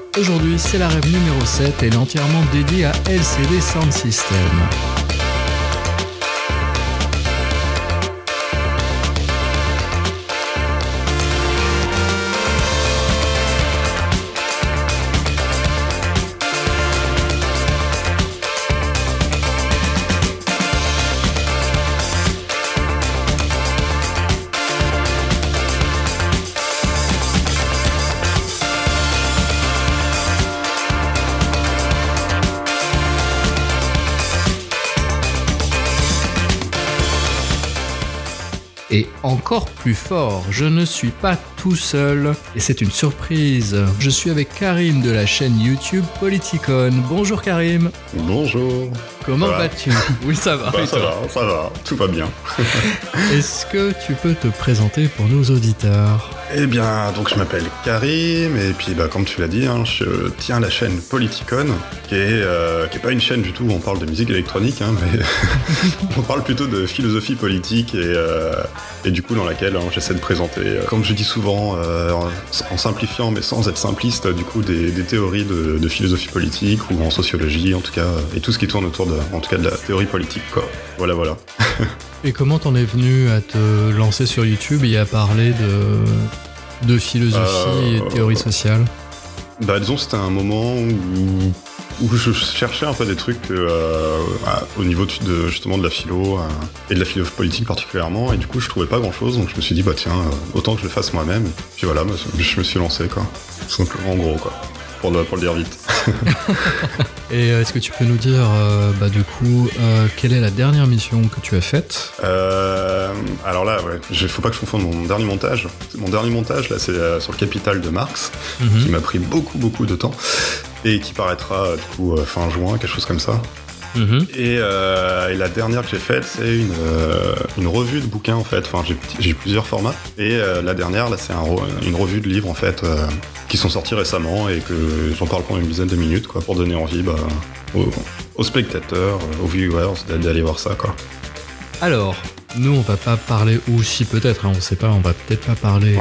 Aujourd'hui, c'est la rêve numéro 7 et elle est entièrement dédiée à LCD Sound System. Et encore plus fort, je ne suis pas tout seul et c'est une surprise. Je suis avec Karim de la chaîne YouTube Politicon. Bonjour Karim. Bonjour. Comment vas-tu ? Oui, ça va. Ça va, tout va bien. Est-ce que tu peux te présenter pour nos auditeurs ? Eh bien, donc je m'appelle Karim et puis comme tu l'as dit, je tiens la chaîne Politicon, qui est pas une chaîne du tout où on parle de musique électronique, mais on parle plutôt de philosophie politique et du coup dans laquelle j'essaie de présenter, comme je dis souvent, en simplifiant mais sans être simpliste, du coup des théories de philosophie politique ou en sociologie en tout cas, et tout ce qui tourne autour de la théorie politique, quoi. Voilà. Et comment t'en es venu à te lancer sur YouTube et à parler de philosophie et de théorie sociale ? Disons c'était un moment où je cherchais un peu des trucs au niveau justement de la philo et de la philosophie politique particulièrement, et du coup je trouvais pas grand chose, donc je me suis dit autant que je le fasse moi-même, et puis voilà, je me suis lancé, quoi. Tout simplement, en gros, quoi. Pour le dire vite. Et est-ce que tu peux nous dire, quelle est la dernière mission que tu as faite ? Alors là, faut pas que je confonde mon dernier montage. Mon dernier montage, là, c'est sur le Capital de Marx, qui m'a pris beaucoup de temps, et qui paraîtra, du coup, fin juin, quelque chose comme ça. Et la dernière que j'ai faite, c'est une revue de bouquins, en fait. Enfin, j'ai plusieurs formats, et la dernière, là, c'est une revue de livres, en fait, qui sont sortis récemment et que j'en parle pendant une dizaine de minutes, quoi, pour donner envie aux spectateurs, aux viewers d'aller voir ça, quoi. Alors, nous on va pas parler, ou si peut-être, on sait pas, on va peut-être pas parler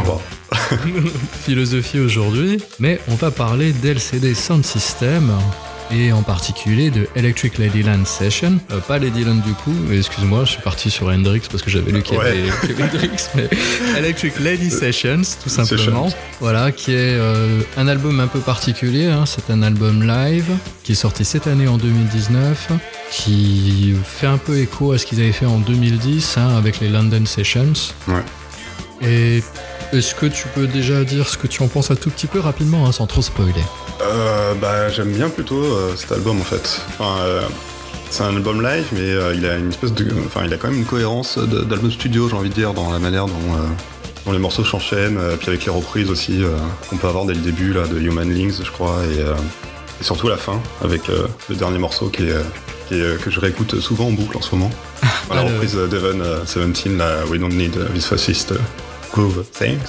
philosophie aujourd'hui, mais on va parler d'LCD Sound System, et en particulier de Electric Ladyland Session. Pas Ladyland du coup, excuse-moi, je suis parti sur Hendrix parce que j'avais lu qu'il y avait Hendrix, mais Electric Lady Sessions, tout simplement. Voilà, qui est un album un peu particulier, c'est un album live qui est sorti cette année en 2019, qui fait un peu écho à ce qu'ils avaient fait en 2010 avec les London Sessions. Ouais. Et est-ce que tu peux déjà dire ce que tu en penses un tout petit peu rapidement, sans trop spoiler ? J'aime bien plutôt cet album, en fait. C'est un album live, mais il a une espèce il a quand même une cohérence d'album studio, j'ai envie de dire, dans la manière dont les morceaux s'enchaînent, puis avec les reprises aussi qu'on peut avoir dès le début là, de Human Links, je crois, et surtout à la fin, avec le dernier morceau que je réécoute souvent en boucle en ce moment. La reprise d'Evan 17, là, We Don't Need This Fascist Groove Things.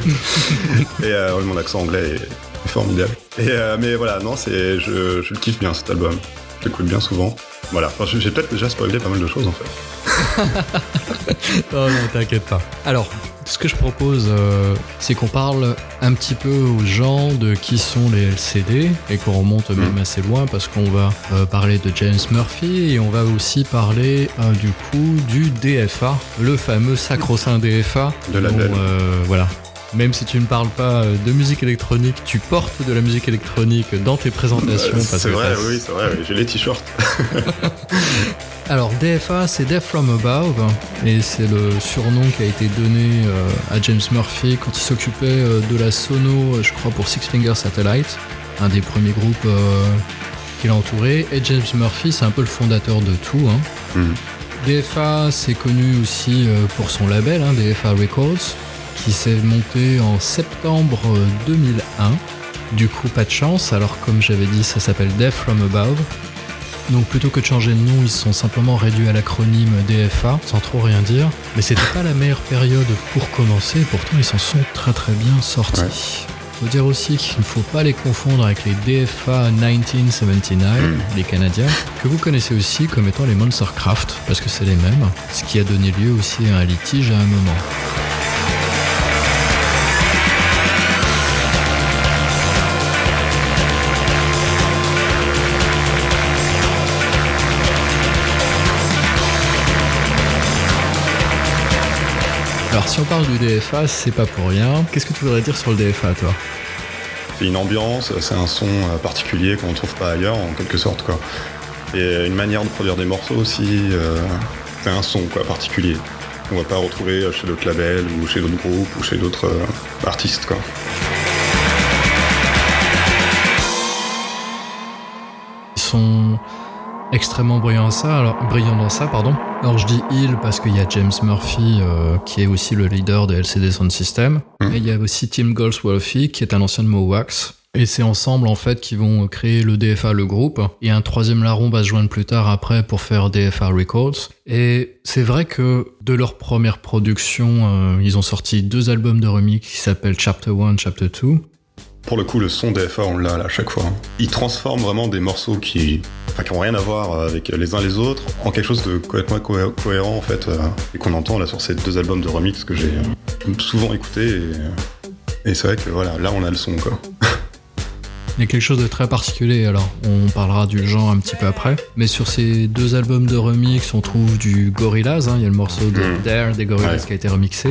Et mon accent anglais est formidable. Mais voilà, non, je le kiffe bien, cet album. Je l'écoute bien souvent. Voilà, j'ai peut-être déjà spoilé pas mal de choses, en fait. Non, t'inquiète pas. Alors, ce que je propose, c'est qu'on parle un petit peu aux gens de qui sont les LCD, et qu'on remonte même assez loin, parce qu'on va parler de James Murphy, et on va aussi parler du coup du DFA, le fameux sacro-saint DFA. De la belle. Voilà. Même si tu ne parles pas de musique électronique, tu portes de la musique électronique dans tes présentations. C'est vrai, oui, j'ai les t-shirts. Alors DFA, c'est Death From Above, et c'est le surnom qui a été donné à James Murphy quand il s'occupait de la sono, je crois, pour Six Finger Satellite, un des premiers groupes qu'il a entouré. Et James Murphy, c'est un peu le fondateur de tout. DFA, c'est connu aussi pour son label, DFA Records, qui s'est monté en septembre 2001. Du coup, pas de chance, alors comme j'avais dit, ça s'appelle Death From Above. Donc plutôt que de changer de nom, ils se sont simplement réduits à l'acronyme DFA, sans trop rien dire. Mais c'était pas la meilleure période pour commencer, pourtant ils s'en sont très très bien sortis. Ouais. Faut dire aussi qu'il ne faut pas les confondre avec les DFA 1979, les Canadiens, que vous connaissez aussi comme étant les Monstercraft, parce que c'est les mêmes, ce qui a donné lieu aussi à un litige à un moment. si on parle du DFA, c'est pas pour rien. Qu'est-ce que tu voudrais dire sur le DFA, toi ? C'est une ambiance, c'est un son particulier qu'on ne trouve pas ailleurs, en quelque sorte, quoi. Et une manière de produire des morceaux aussi, c'est un son, quoi, particulier. On va pas retrouver chez d'autres labels, ou chez d'autres groupes, ou chez d'autres artistes, quoi. Ils sont extrêmement brillants dans ça. Alors je dis il parce qu'il y a James Murphy qui est aussi le leader de LCD Sound System. Et il y a aussi Tim Goldsworthy qui est un ancien de Mowax. Et c'est ensemble en fait qu'ils vont créer le DFA, le groupe. Et un troisième larron va se joindre plus tard après pour faire DFA Records. Et c'est vrai que de leur première production, ils ont sorti 2 albums de remix qui s'appellent Chapter 1, Chapter 2. Pour le coup, le son DFA, on l'a là, à chaque fois. Il transforme vraiment des morceaux qui ont rien à voir avec les uns les autres en quelque chose de complètement cohérent, en fait, et qu'on entend là sur ces 2 albums de remix que j'ai souvent écoutés. Et c'est vrai que voilà, là, on a le son, quoi. Il y a quelque chose de très particulier, alors on parlera du genre un petit peu après. Mais sur ces 2 albums de remix, on trouve du Gorillaz, il y a le morceau de Dare des Gorillaz qui a été remixé.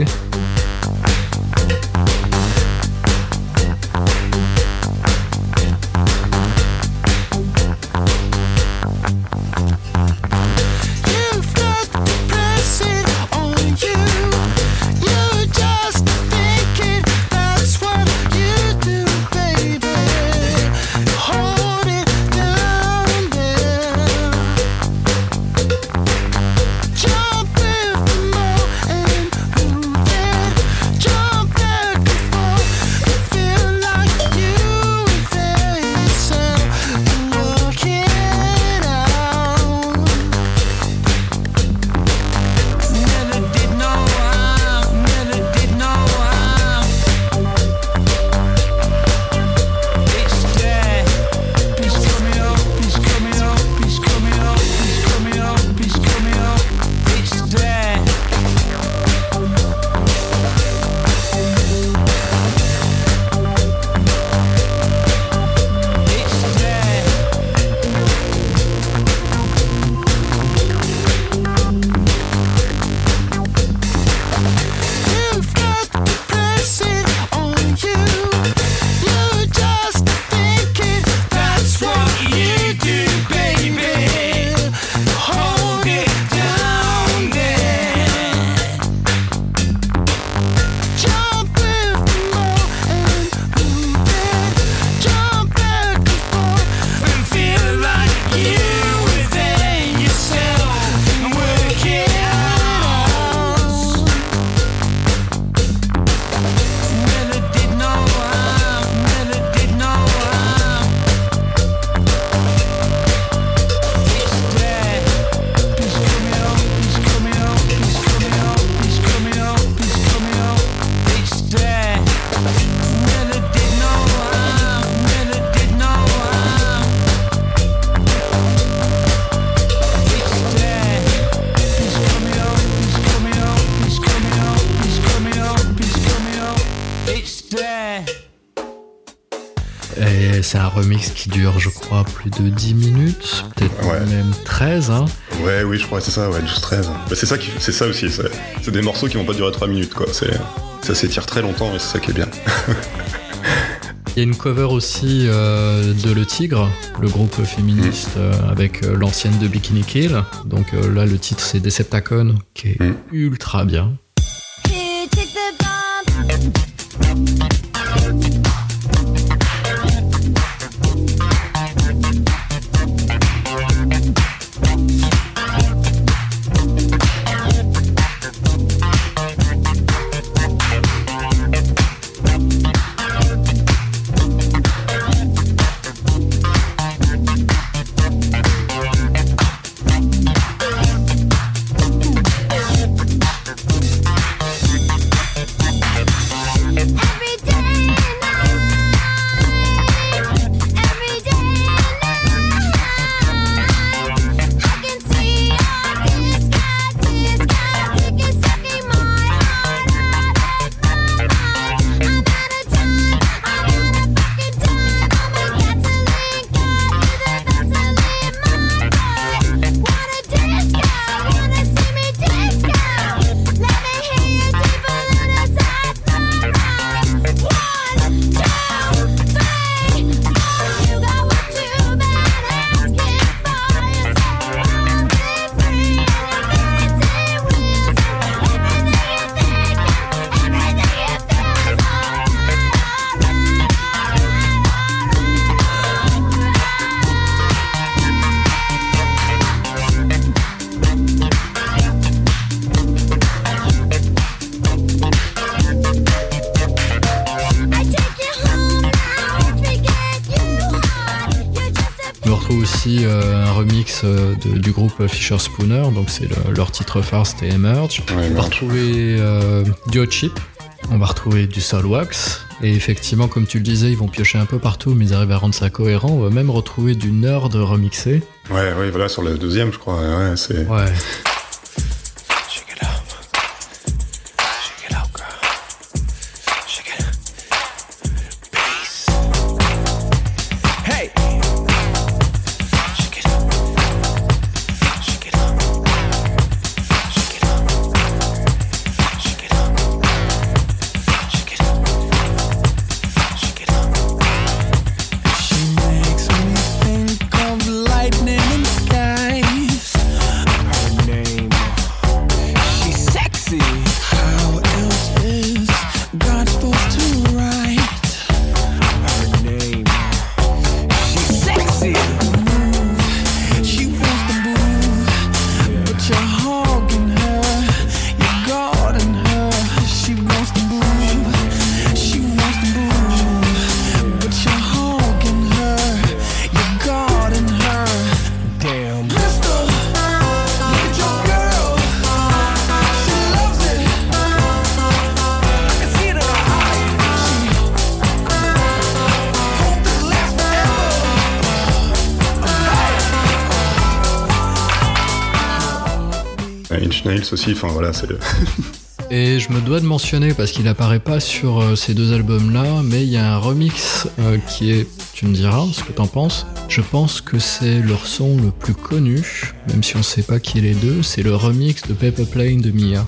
Et c'est un remix qui dure, je crois, plus de 10 minutes, peut-être même 13. Oui, je crois que c'est ça, 12-13. Bah, c'est ça aussi, c'est des morceaux qui vont pas durer 3 minutes, quoi. Ça s'étire très longtemps et c'est ça qui est bien. Il y a une cover aussi de Le Tigre, le groupe féministe avec l'ancienne de Bikini Kill. Donc là, le titre, c'est Deceptacon, qui est ultra bien. retrouve aussi un remix du groupe Fisher Spooner, donc c'est leur titre phare, c'était Emerge. Ouais, on va retrouver du Hot Chip, on va retrouver du Soulwax, et effectivement, comme tu le disais, ils vont piocher un peu partout, mais ils arrivent à rendre ça cohérent. On va même retrouver du Nerd remixé. Ouais, voilà, sur le deuxième, je crois. Ouais, c'est... Ouais. Inch Nails aussi, enfin voilà, c'est... Et je me dois de mentionner, parce qu'il apparaît pas sur ces deux albums-là, mais il y a un remix qui est, tu me diras ce que t'en penses, je pense que c'est leur son le plus connu, même si on sait pas qui est les deux, c'est le remix de Paper Plane de Mia.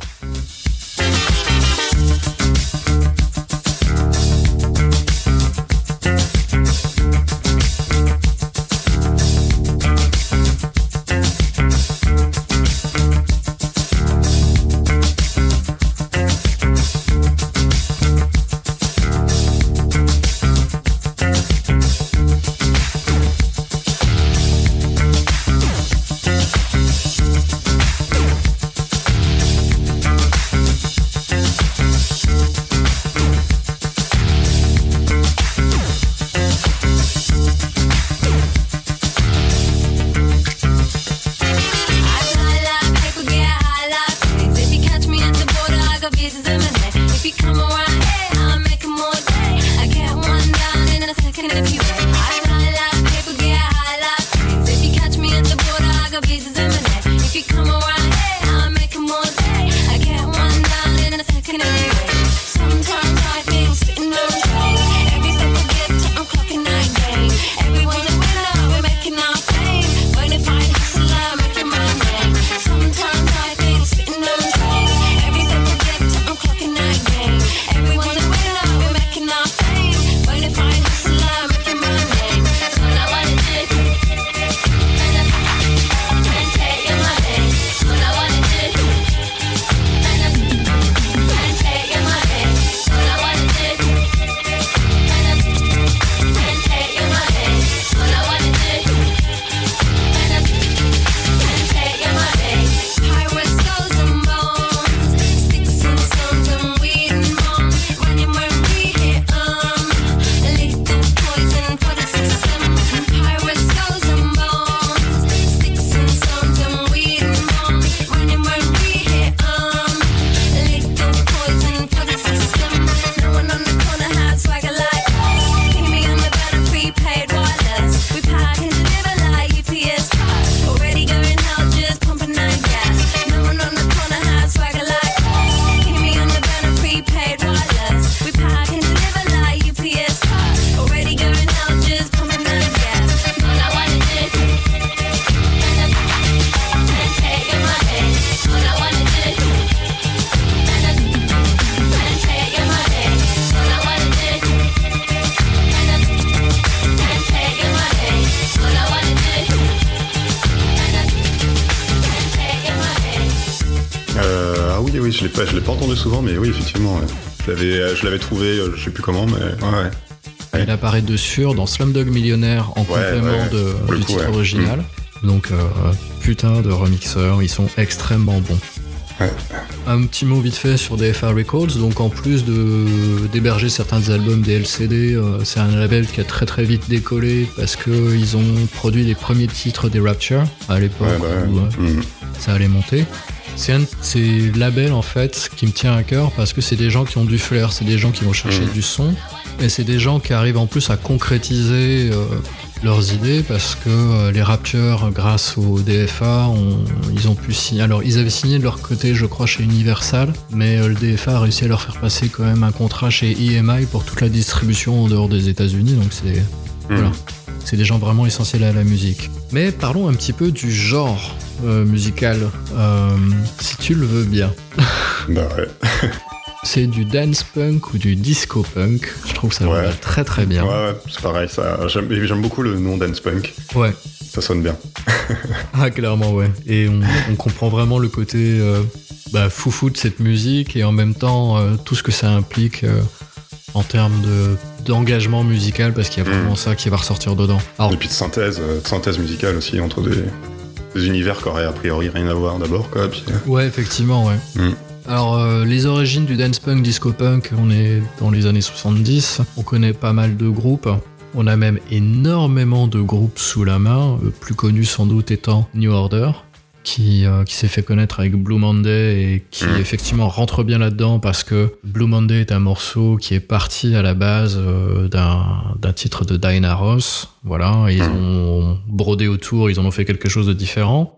Je l'ai pas entendu souvent, mais oui, effectivement. Ouais. Je l'avais trouvé, je sais plus comment, mais ouais. Il apparaît dessus dans Slumdog Millionnaire en complément du titre original. Donc, putain de remixeurs, ils sont extrêmement bons. Ouais. Un petit mot vite fait sur DFA Records. Donc en plus d'héberger certains albums des LCD, c'est un label qui a très très vite décollé parce qu'ils ont produit les premiers titres des Rapture à l'époque où ça allait monter. C'est un de ces labels en fait qui me tient à cœur parce que c'est des gens qui ont du flair, c'est des gens qui vont chercher du son et c'est des gens qui arrivent en plus à concrétiser leurs idées parce que les Rapture, grâce au DFA, ils ont pu signer. Alors ils avaient signé de leur côté, je crois, chez Universal, mais le DFA a réussi à leur faire passer quand même un contrat chez EMI pour toute la distribution en dehors des États-Unis, donc c'est voilà. C'est des gens vraiment essentiels à la musique. Mais parlons un petit peu du genre musical, si tu le veux bien. Bah ouais. C'est du dance punk ou du disco punk. Je trouve que ça va très très bien. Ouais, c'est pareil. J'aime beaucoup le nom dance punk. Ouais. Ça sonne bien. Ah, clairement, ouais. Et on comprend vraiment le côté foufou de cette musique et en même temps tout ce que ça implique en termes d'engagement musical parce qu'il y a vraiment ça qui va ressortir dedans. Alors, et puis de synthèse musicale aussi entre des univers qui auraient a priori rien à voir d'abord, quoi. Puis... Ouais, effectivement, ouais. Alors, les origines du dance punk, disco punk, on est dans les années 70. On connaît pas mal de groupes. On a même énormément de groupes sous la main, plus connus sans doute étant New Order, qui s'est fait connaître avec Blue Monday et qui effectivement rentre bien là-dedans parce que Blue Monday est un morceau qui est parti à la base d'un titre de Diana Ross. Voilà, et ils ont brodé autour, ils en ont fait quelque chose de différent.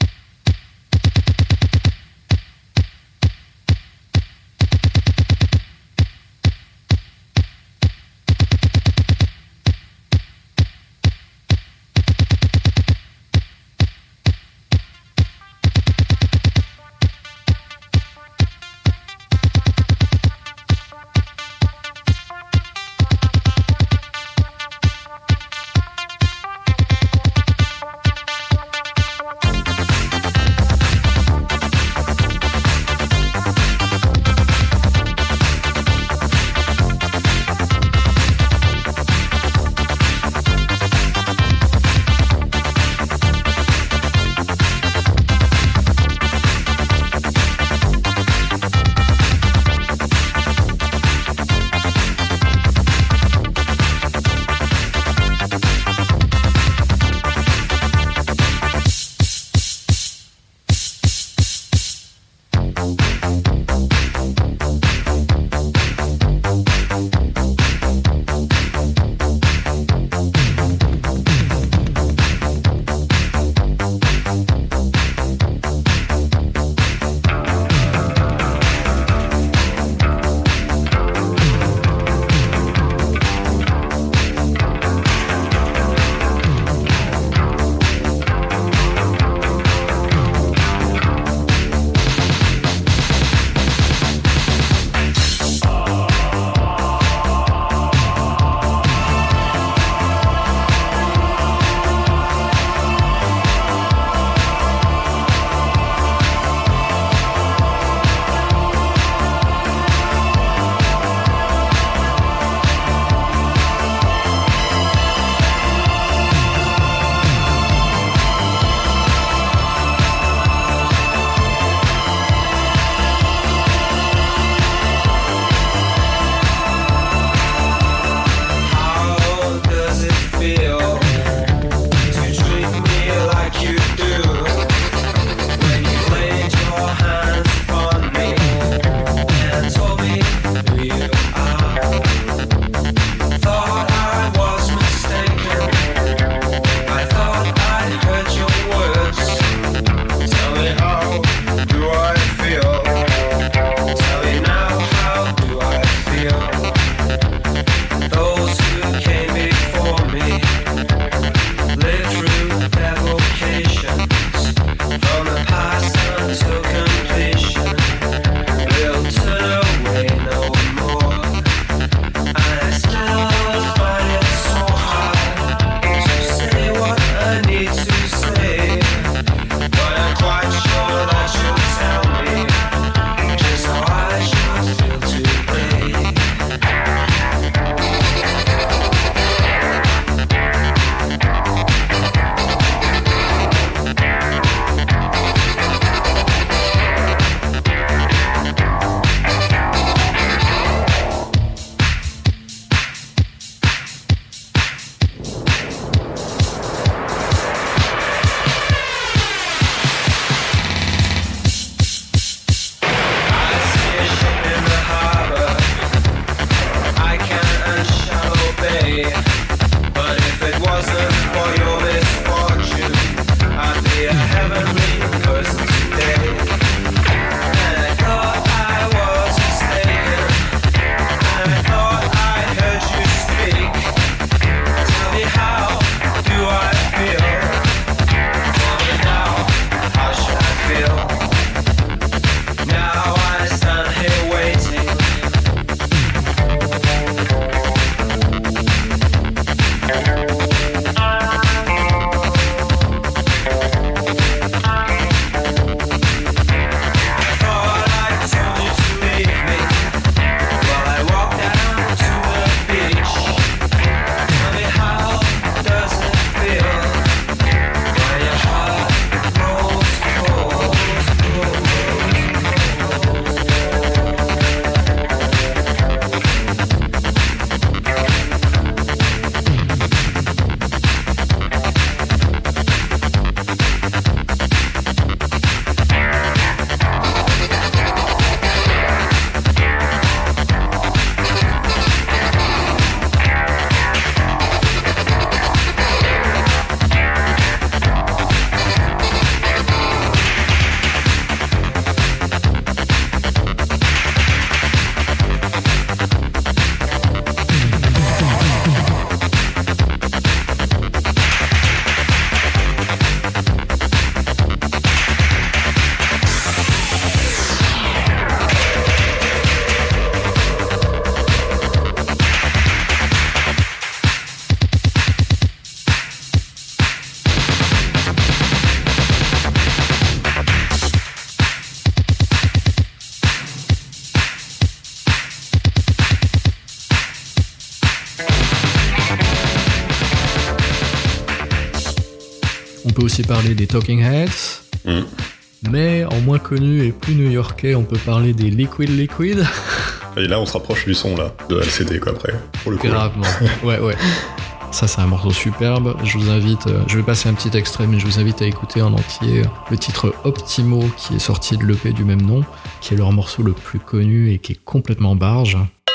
On peut aussi parler des Talking Heads. Mais en moins connu et plus new-yorkais, on peut parler des Liquid Liquid. Et là, on se rapproche du son là, de LCD quoi après. Pour le coup. Gravement. Ouais. Ça, c'est un morceau superbe. Je vous invite, je vais passer un petit extrait, mais je vous invite à écouter en entier le titre Optimo, qui est sorti de l'EP du même nom, qui est leur morceau le plus connu et qui est complètement barge.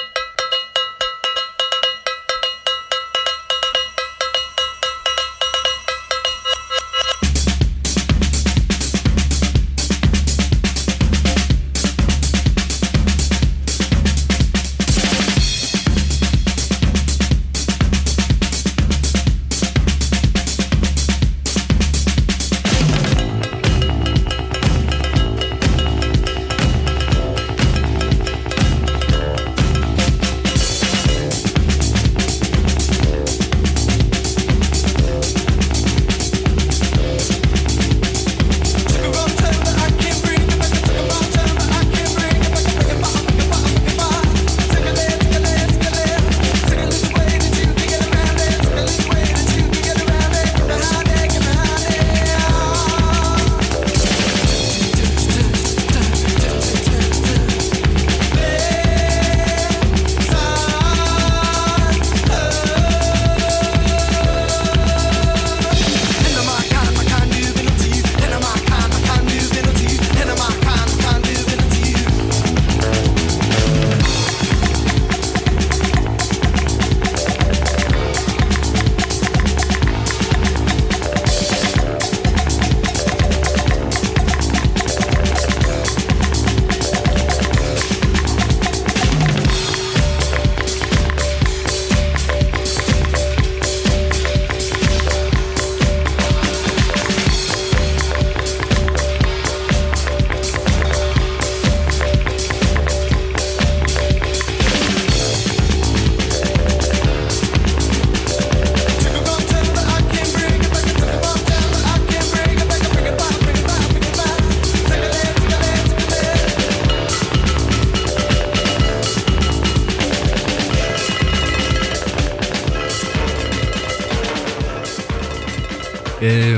Et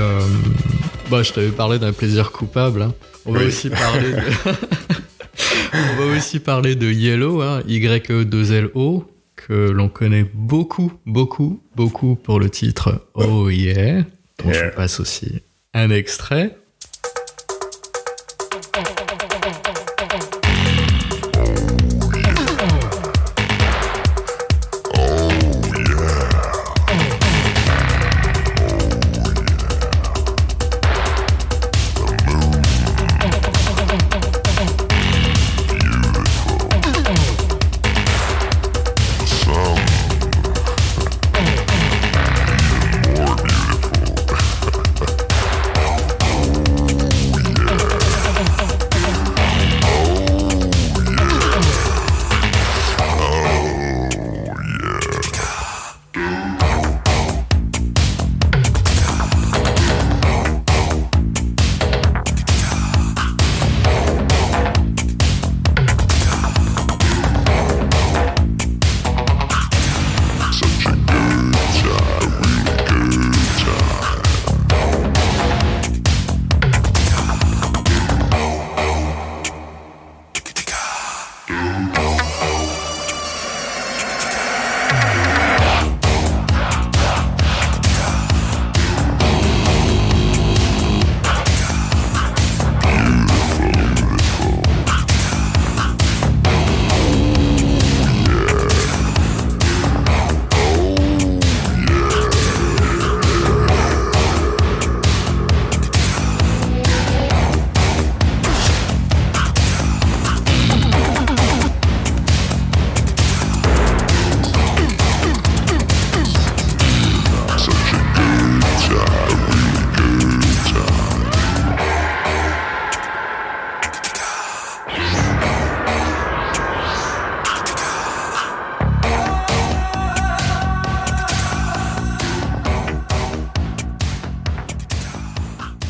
je t'avais parlé d'un plaisir coupable. Hein. On va aussi parler de Yellow, hein, YE2LO, que l'on connaît beaucoup pour le titre Oh Yeah, dont je passe aussi un extrait.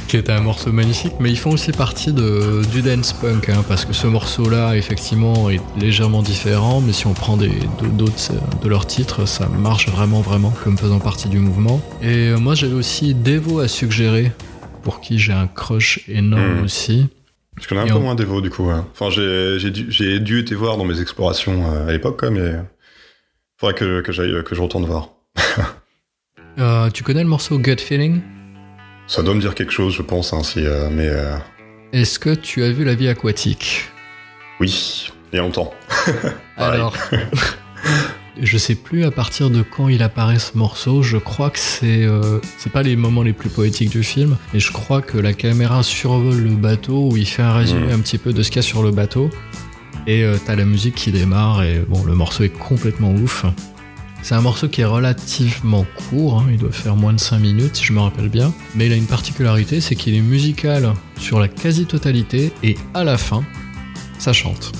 qui était un morceau magnifique, mais ils font aussi partie du dance punk, hein, parce que ce morceau-là, effectivement, est légèrement différent, mais si on prend d'autres de leurs titres, ça marche vraiment, vraiment comme faisant partie du mouvement. Et moi, j'avais aussi Devo à suggérer, pour qui j'ai un crush énorme aussi. Je connais un peu moins Devo, du coup. Ouais. Enfin, j'ai dû été voir dans mes explorations à l'époque, quoi, mais faudrait que je retourne voir. Tu connais le morceau Gut Feeling ? Ça doit me dire quelque chose, je pense, hein, mais... Est-ce que tu as vu La Vie aquatique ? Oui, il y a longtemps. Alors, je sais plus à partir de quand il apparaît ce morceau, je crois que c'est pas les moments les plus poétiques du film, et je crois que la caméra survole le bateau, où il fait un résumé un petit peu de ce qu'il y a sur le bateau, et t'as la musique qui démarre, et bon, le morceau est complètement ouf. C'est un morceau qui est relativement court, hein, il doit faire moins de 5 minutes si je me rappelle bien, mais il a une particularité, c'est qu'il est musical sur la quasi-totalité, et à la fin, ça chante.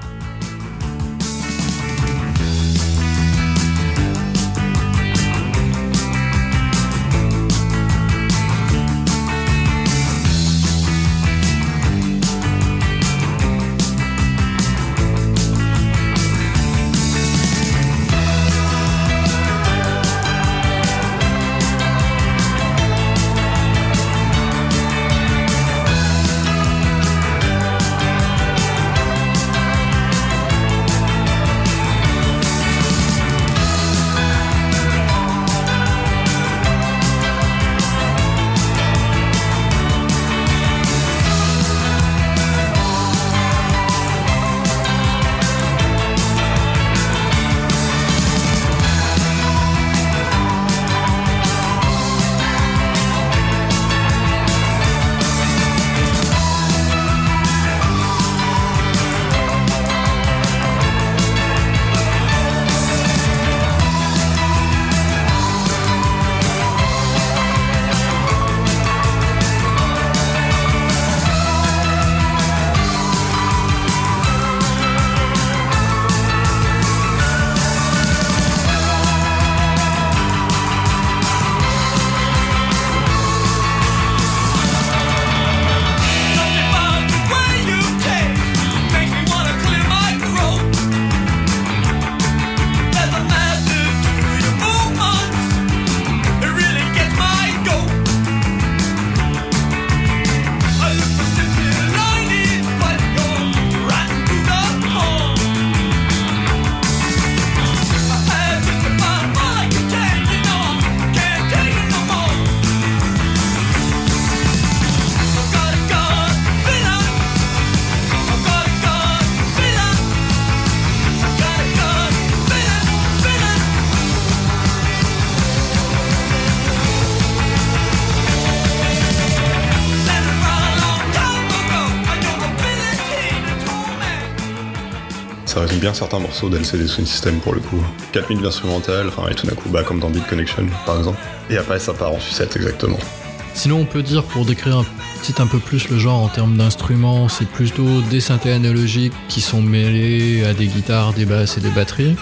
Ça résume bien certains morceaux d'LCD Sound System pour le coup. 4 minutes d'instrumental, enfin, et tout d'un coup, comme dans Beat Connection par exemple. Et après, ça part en sucette exactement. Sinon, on peut dire, pour décrire un peu plus le genre en termes d'instruments, c'est plutôt des synthés analogiques qui sont mêlés à des guitares, des basses et des batteries.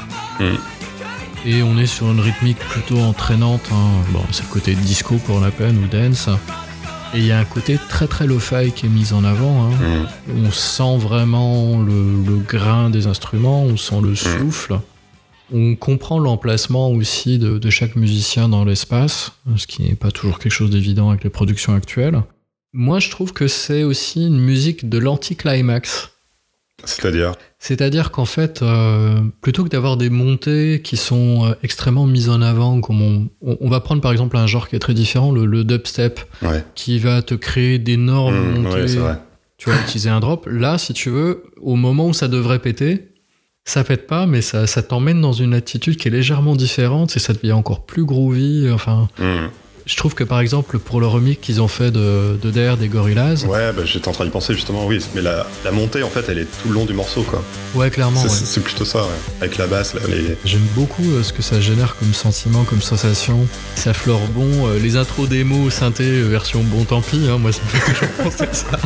Et on est sur une rythmique plutôt entraînante, hein. Bon, c'est le côté disco pour la peine, ou dance. Et il y a un côté très très lo-fi qui est mis en avant, hein. On sent vraiment le grain des instruments, on sent le souffle. On comprend l'emplacement aussi de chaque musicien dans l'espace, ce qui n'est pas toujours quelque chose d'évident avec les productions actuelles. Moi, je trouve que c'est aussi une musique de l'anticlimax. C'est-à-dire qu'en fait, plutôt que d'avoir des montées qui sont extrêmement mises en avant, comme on va prendre par exemple un genre qui est très différent, le dubstep, qui va te créer d'énormes montées. Ouais, c'est vrai. Tu vas utiliser un drop. Là, si tu veux, au moment où ça devrait péter, ça pète pas, mais ça t'emmène dans une attitude qui est légèrement différente et ça devient encore plus groovy. Enfin, je trouve que par exemple, pour le remix qu'ils ont fait de DR des Gorillaz. Ouais, j'étais en train d'y penser justement, oui. Mais la montée, en fait, elle est tout le long du morceau, quoi. Ouais, clairement. C'est plutôt ça, ouais. Avec la basse, là, J'aime beaucoup ce que ça génère comme sentiment, comme sensation. Ça fleure bon. Les intros démo synthé version bon tant pis, hein, moi, ça me fait toujours penser à ça.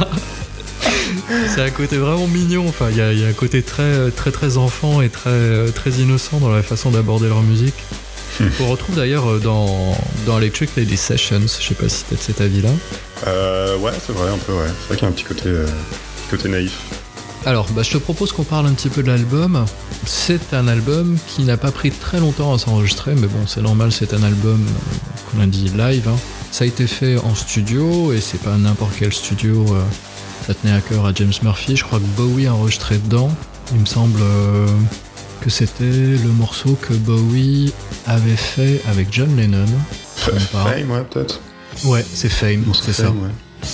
C'est un côté vraiment mignon. Enfin, il y a un côté très, très, très enfant et très, très innocent dans la façon d'aborder leur musique. On retrouve d'ailleurs dans Electric Lady Sessions, je sais pas si t'as de cet avis-là. Ouais, c'est vrai, un peu, ouais. C'est vrai qu'il y a un petit côté naïf. Alors, je te propose qu'on parle un petit peu de l'album. C'est un album qui n'a pas pris très longtemps à s'enregistrer, mais bon, c'est normal, c'est un album qu'on a dit live. Ça a été fait en studio, et c'est pas n'importe quel studio. Ça tenait à cœur à James Murphy. Je crois que Bowie a enregistré dedans. Il me semble que c'était le morceau que Bowie avait fait avec John Lennon. Fame, ouais, peut-être. Ouais, c'est Fame, c'est ça. Ouais.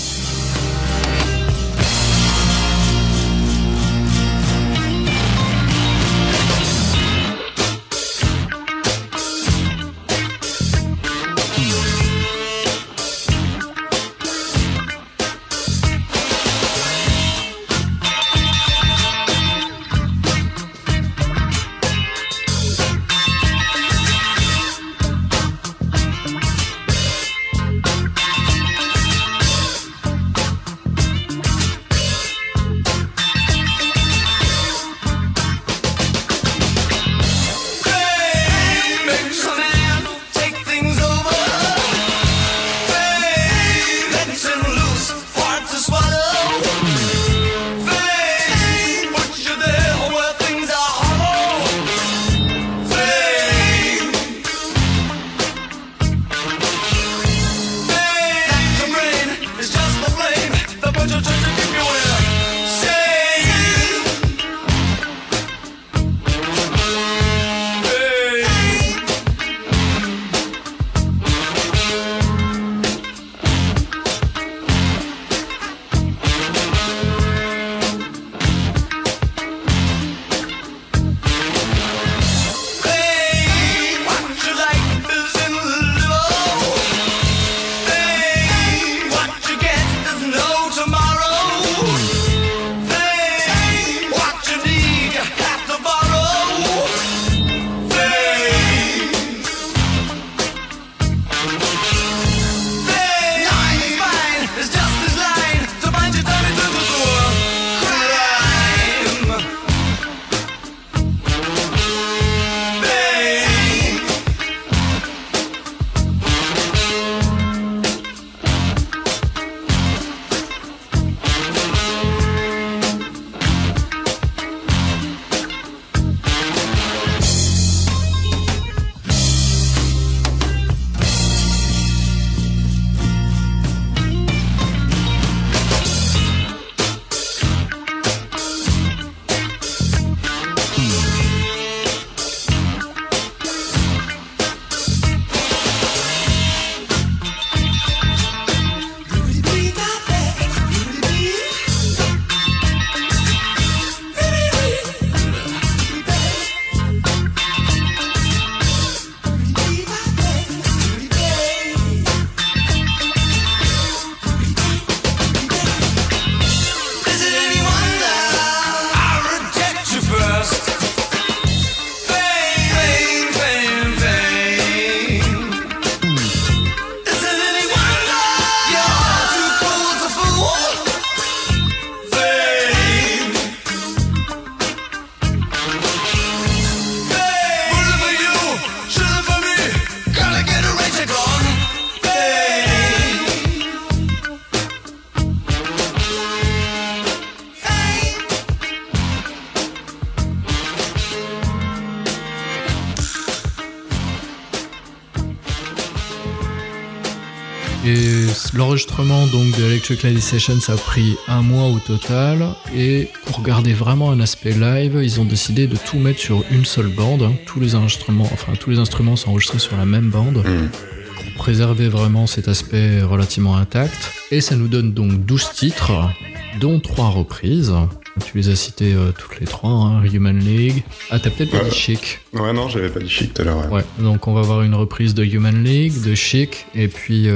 Et l'enregistrement donc de Electric Lady Sessions a pris 1 mois au total, et pour garder vraiment un aspect live, ils ont décidé de tout mettre sur une seule bande. Tous les instruments sont enregistrés sur la même bande pour préserver vraiment cet aspect relativement intact. Et ça nous donne donc 12 titres, dont 3 reprises. Tu les as cités toutes les 3, hein. Human League. Ah, t'as peut-être pas dit Chic. Ouais, non, j'avais pas dit Chic tout à l'heure. Ouais, donc on va avoir une reprise de Human League, de Chic, et puis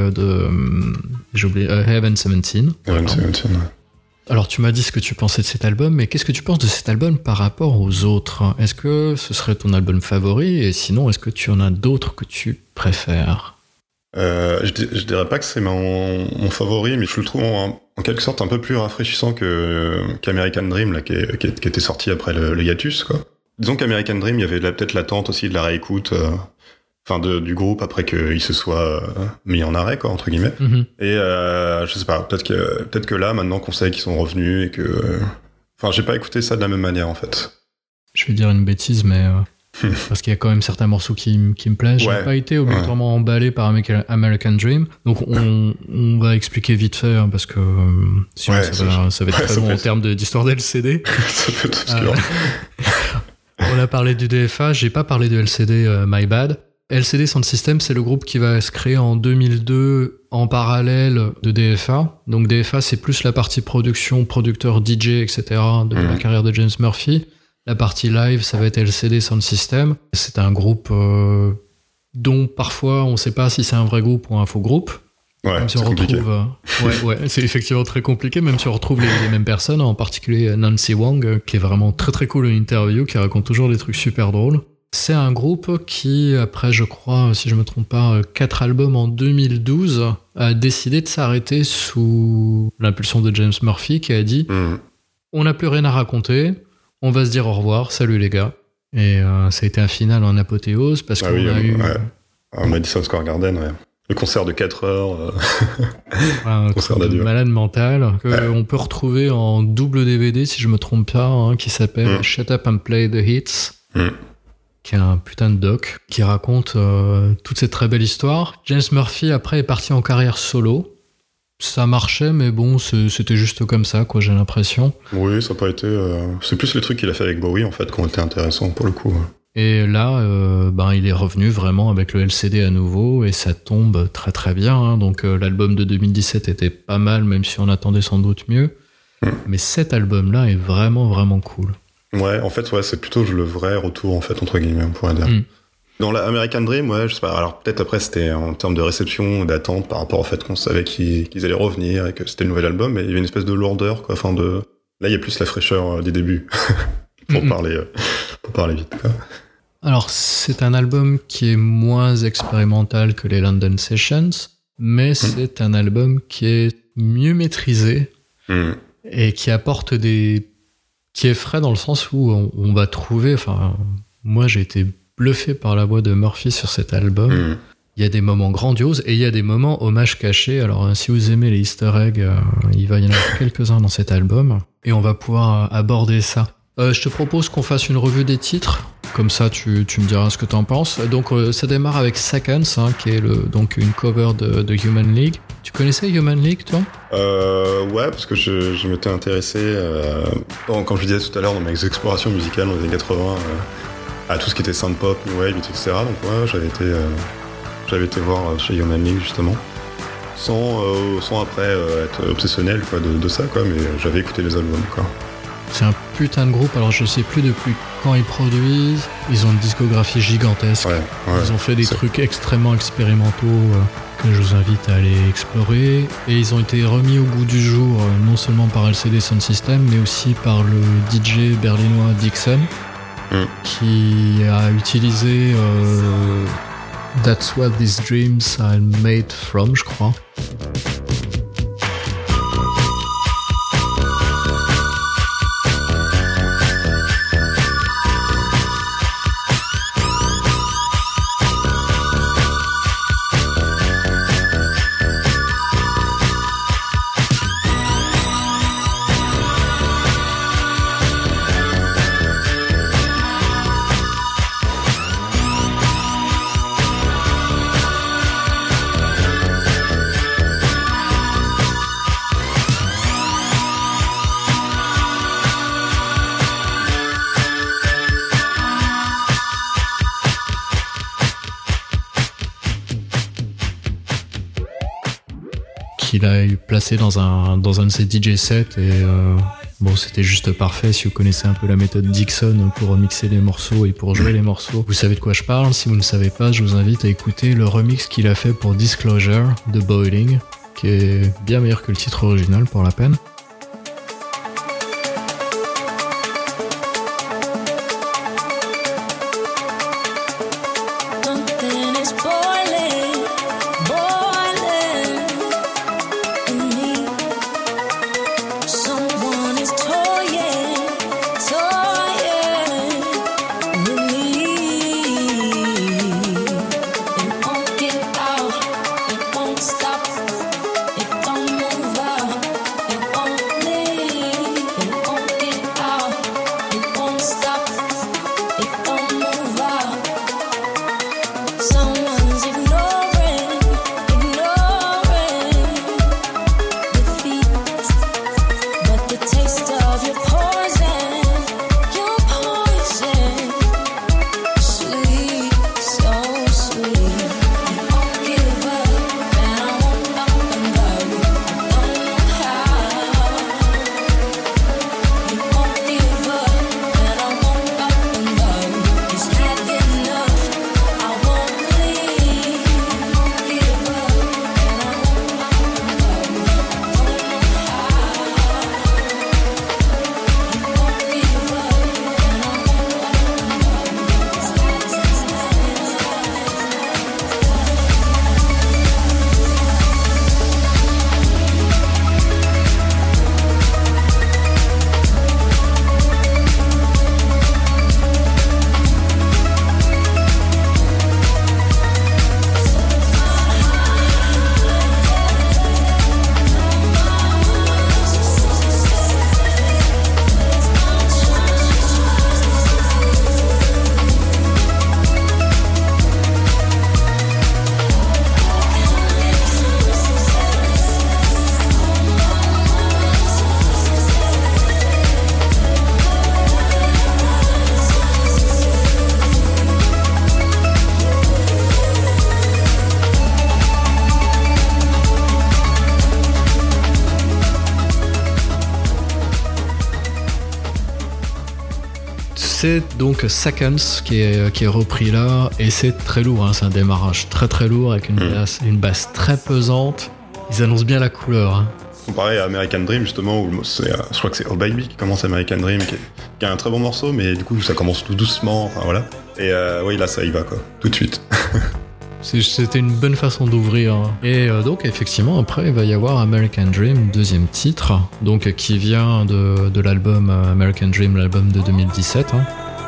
j'ai oublié, Heaven 17. Heaven 17, ouais. Alors, tu m'as dit ce que tu pensais de cet album, mais qu'est-ce que tu penses de cet album par rapport aux autres ? Est-ce que ce serait ton album favori ? Et sinon, est-ce que tu en as d'autres que tu préfères ? Je dirais pas que c'est mon favori, mais je le trouve en quelque sorte un peu plus rafraîchissant qu'American Dream, là, qui était sorti après le hiatus, quoi. Disons qu'American Dream, il y avait peut-être l'attente aussi de la réécoute. du groupe après qu'il se soit mis en arrêt, quoi, entre guillemets. Mhm. Et je sais pas, peut-être que là, maintenant qu'on sait qu'ils sont revenus et que... Enfin, j'ai pas écouté ça de la même manière, en fait. Je vais dire une bêtise, mais... parce qu'il y a quand même certains morceaux qui me plaisent. J'ai pas été obligatoirement emballé par American Dream. Donc on va expliquer vite fait, hein, parce que sinon ça va être très long en termes d'histoire d'LCD. Ça peut être obscur. On a parlé du DFA, j'ai pas parlé de LCD, my bad. LCD Sound System, c'est le groupe qui va se créer en 2002 en parallèle de DFA. Donc DFA, c'est plus la partie production, producteur, DJ, etc. de la carrière de James Murphy. La partie live, ça va être LCD Sound System. C'est un groupe dont parfois on ne sait pas si c'est un vrai groupe ou un faux groupe. Ouais, même si on retrouve, c'est effectivement très compliqué, même si on retrouve les mêmes personnes, en particulier Nancy Wang, qui est vraiment très très cool en interview, qui raconte toujours des trucs super drôles. C'est un groupe qui, après, je crois, si je me trompe pas, 4 albums en 2012, a décidé de s'arrêter sous l'impulsion de James Murphy, qui a dit on n'a plus rien à raconter, on va se dire au revoir, salut les gars. Et ça a été un final en apothéose, parce qu'on a eu... Ouais. Madison Square Garden, ouais. Le concert de 4 heures. Un concert de malade mental, qu'on peut retrouver en double DVD, si je me trompe pas, hein, qui s'appelle Shut Up and Play the Hits. Qui est un putain de doc, qui raconte toute cette très belle histoire. James Murphy, après, est parti en carrière solo. Ça marchait, mais bon, c'était juste comme ça, quoi, j'ai l'impression. Oui, ça n'a pas été... C'est plus les trucs qu'il a fait avec Bowie, en fait, qui ont été intéressants, pour le coup. Et là, il est revenu vraiment avec le LCD à nouveau, et ça tombe très très bien. Hein. Donc l'album de 2017 était pas mal, même si on attendait sans doute mieux. Mais cet album-là est vraiment vraiment cool. Ouais, en fait, c'est plutôt le vrai retour, en fait, entre guillemets, on pourrait dire. Dans l'American Dream, je sais pas, alors peut-être après c'était en termes de réception, d'attente, par rapport au fait qu'on savait qu'ils allaient revenir et que c'était le nouvel album, mais il y avait une espèce de lourdeur, quoi, là il y a plus la fraîcheur des débuts, pour parler vite, quoi. Alors, c'est un album qui est moins expérimental que les London Sessions, mais c'est un album qui est mieux maîtrisé et qui apporte qui est frais dans le sens où on va trouver... Enfin, moi, j'ai été bluffé par la voix de Murphy sur cet album. Il y a des moments grandioses et il y a des moments hommages cachés. Alors, si vous aimez les easter eggs, il va y en avoir quelques-uns dans cet album et on va pouvoir aborder ça. Je te propose qu'on fasse une revue des titres. Comme ça, tu me diras ce que t'en penses. Donc, ça démarre avec Seconds, hein, qui est donc une cover de Human League. Tu connaissais Human League, toi ? Ouais, parce que je m'étais intéressé, comme je disais tout à l'heure, dans mes explorations musicales dans les années 80, à tout ce qui était synth pop, new wave, etc. Donc ouais, j'avais été voir chez Human League, justement. Sans après être obsessionnel, quoi, de ça, quoi, mais j'avais écouté les albums, quoi. C'est un putain de groupe, alors je sais plus depuis quand ils produisent, ils ont une discographie gigantesque, ils ont fait des trucs extrêmement expérimentaux que je vous invite à aller explorer, et ils ont été remis au goût du jour non seulement par LCD Sound System, mais aussi par le DJ berlinois Dixon, qui a utilisé That's What These Dreams Are Made From, je crois. Qu'il a placé dans un de ses DJ sets et c'était juste parfait. Si vous connaissez un peu la méthode Dixon pour remixer les morceaux et pour jouer les morceaux, vous savez de quoi je parle. Si vous ne savez pas, je vous invite à écouter le remix qu'il a fait pour Disclosure de Boiling, qui est bien meilleur que le titre original pour la peine. c'est donc Seconds qui est repris là, et c'est très lourd, hein, c'est un démarrage très très lourd avec une basse très pesante. Ils annoncent bien la couleur. Hein. Comparé à American Dream, justement, où je crois que c'est Oh Baby qui commence American Dream, qui est un très bon morceau, mais du coup ça commence tout doucement, enfin voilà. Et oui, là ça y va quoi, tout de suite. C'était une bonne façon d'ouvrir. Et donc effectivement après il va y avoir American Dream, deuxième titre, donc qui vient de l'album American Dream, l'album de 2017. Hein.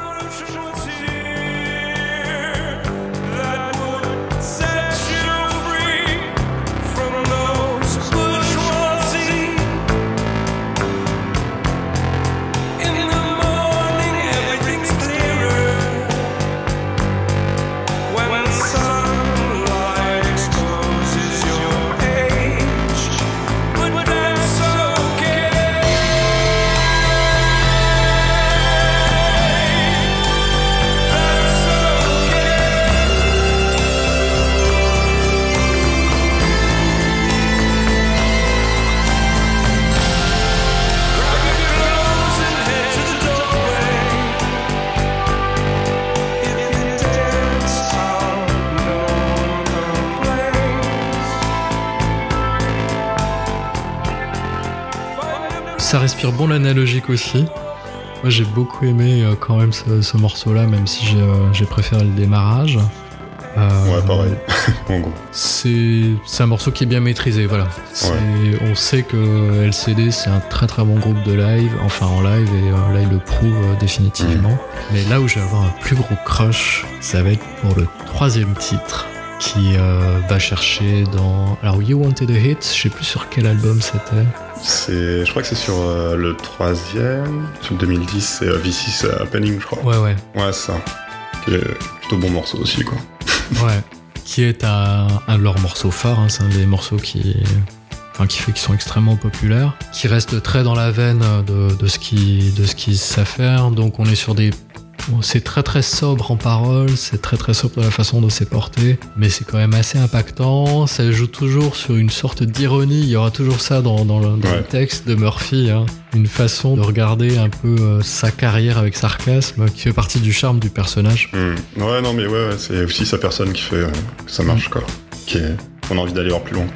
Ça respire bon l'analogique aussi. Moi j'ai beaucoup aimé quand même ce morceau-là, même si j'ai préféré le démarrage. Ouais, pareil, en gros. C'est un morceau qui est bien maîtrisé, voilà. On sait que LCD c'est un très très bon groupe de live, enfin en live, et là il le prouve définitivement. Mais là où je vais avoir un plus gros crush, ça va être pour le troisième titre, qui va chercher dans... Alors You Wanted a Hit, je sais plus sur quel album c'était. Je crois que c'est sur le troisième, sur 2010, c'est This Is Happening, je crois. Ouais. Ouais, c'est ça. Qui est plutôt bon morceau aussi, quoi. Ouais. Qui est un de leurs morceaux phares, hein, c'est un des morceaux qui sont extrêmement populaires, qui reste très dans la veine de ce qu'ils savent faire. Donc on est sur c'est très très sobre en paroles, c'est très très sobre dans la façon de se porter, mais c'est quand même assez impactant. Ça joue toujours sur une sorte d'ironie, il y aura toujours ça dans le texte de Murphy, hein. Une façon de regarder un peu sa carrière avec sarcasme, qui fait partie du charme du personnage. Ouais, non mais ouais, c'est aussi sa personne qui fait que ça marche, quoi. On a envie d'aller voir plus loin.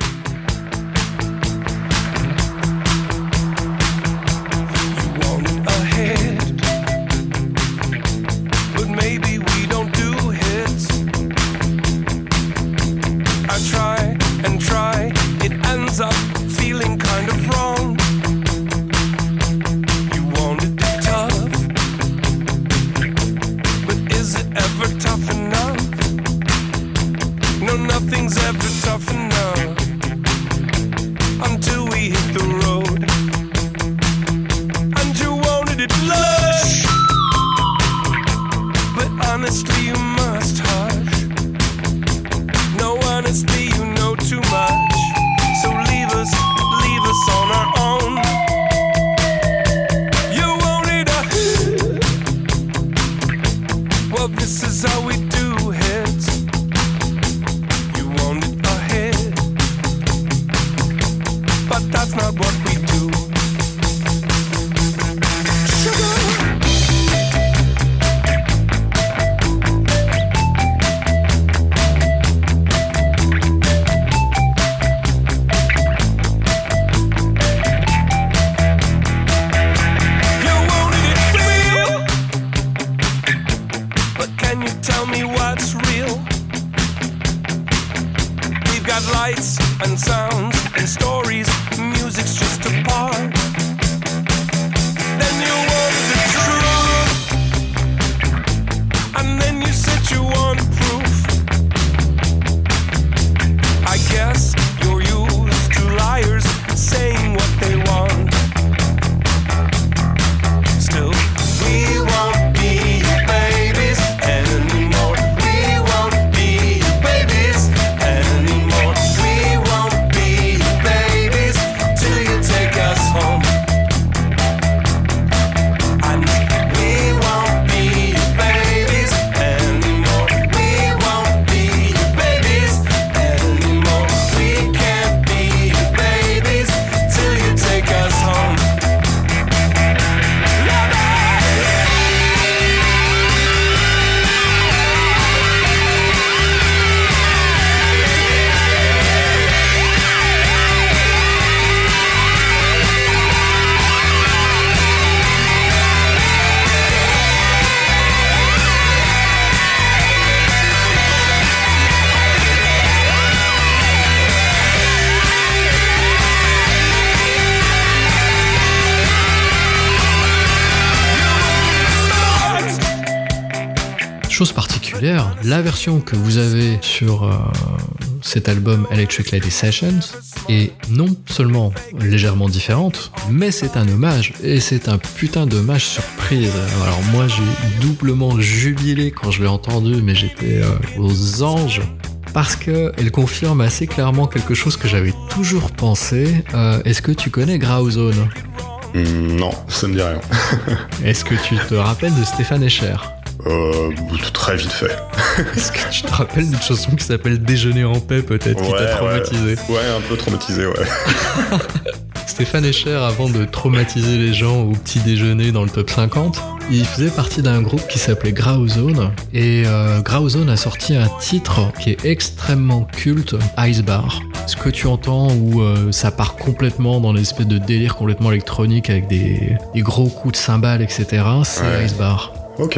chose particulière, la version que vous avez sur cet album Electric Lady Sessions est non seulement légèrement différente, mais c'est un hommage, et c'est un putain d'hommage surprise. Alors moi j'ai doublement jubilé quand je l'ai entendu, mais j'étais aux anges, parce qu'elle confirme assez clairement quelque chose que j'avais toujours pensé. Est-ce que tu connais Grauzone ? Non, ça me dit rien. Est-ce que tu te rappelles de Stéphane Escher ? Très vite fait. Est-ce que tu te rappelles d'une chanson qui s'appelle Déjeuner en paix, peut-être, qui t'a traumatisé ? Ouais, un peu traumatisé, ouais. Stéphane Escher, avant de traumatiser les gens au petit déjeuner dans le top 50, il faisait partie d'un groupe qui s'appelait Grauzone. Et Grauzone a sorti un titre qui est extrêmement culte, Ice Bar. Ce que tu entends où ça part complètement dans l'espèce de délire complètement électronique avec des gros coups de cymbales, etc., c'est Ice Bar. Ok.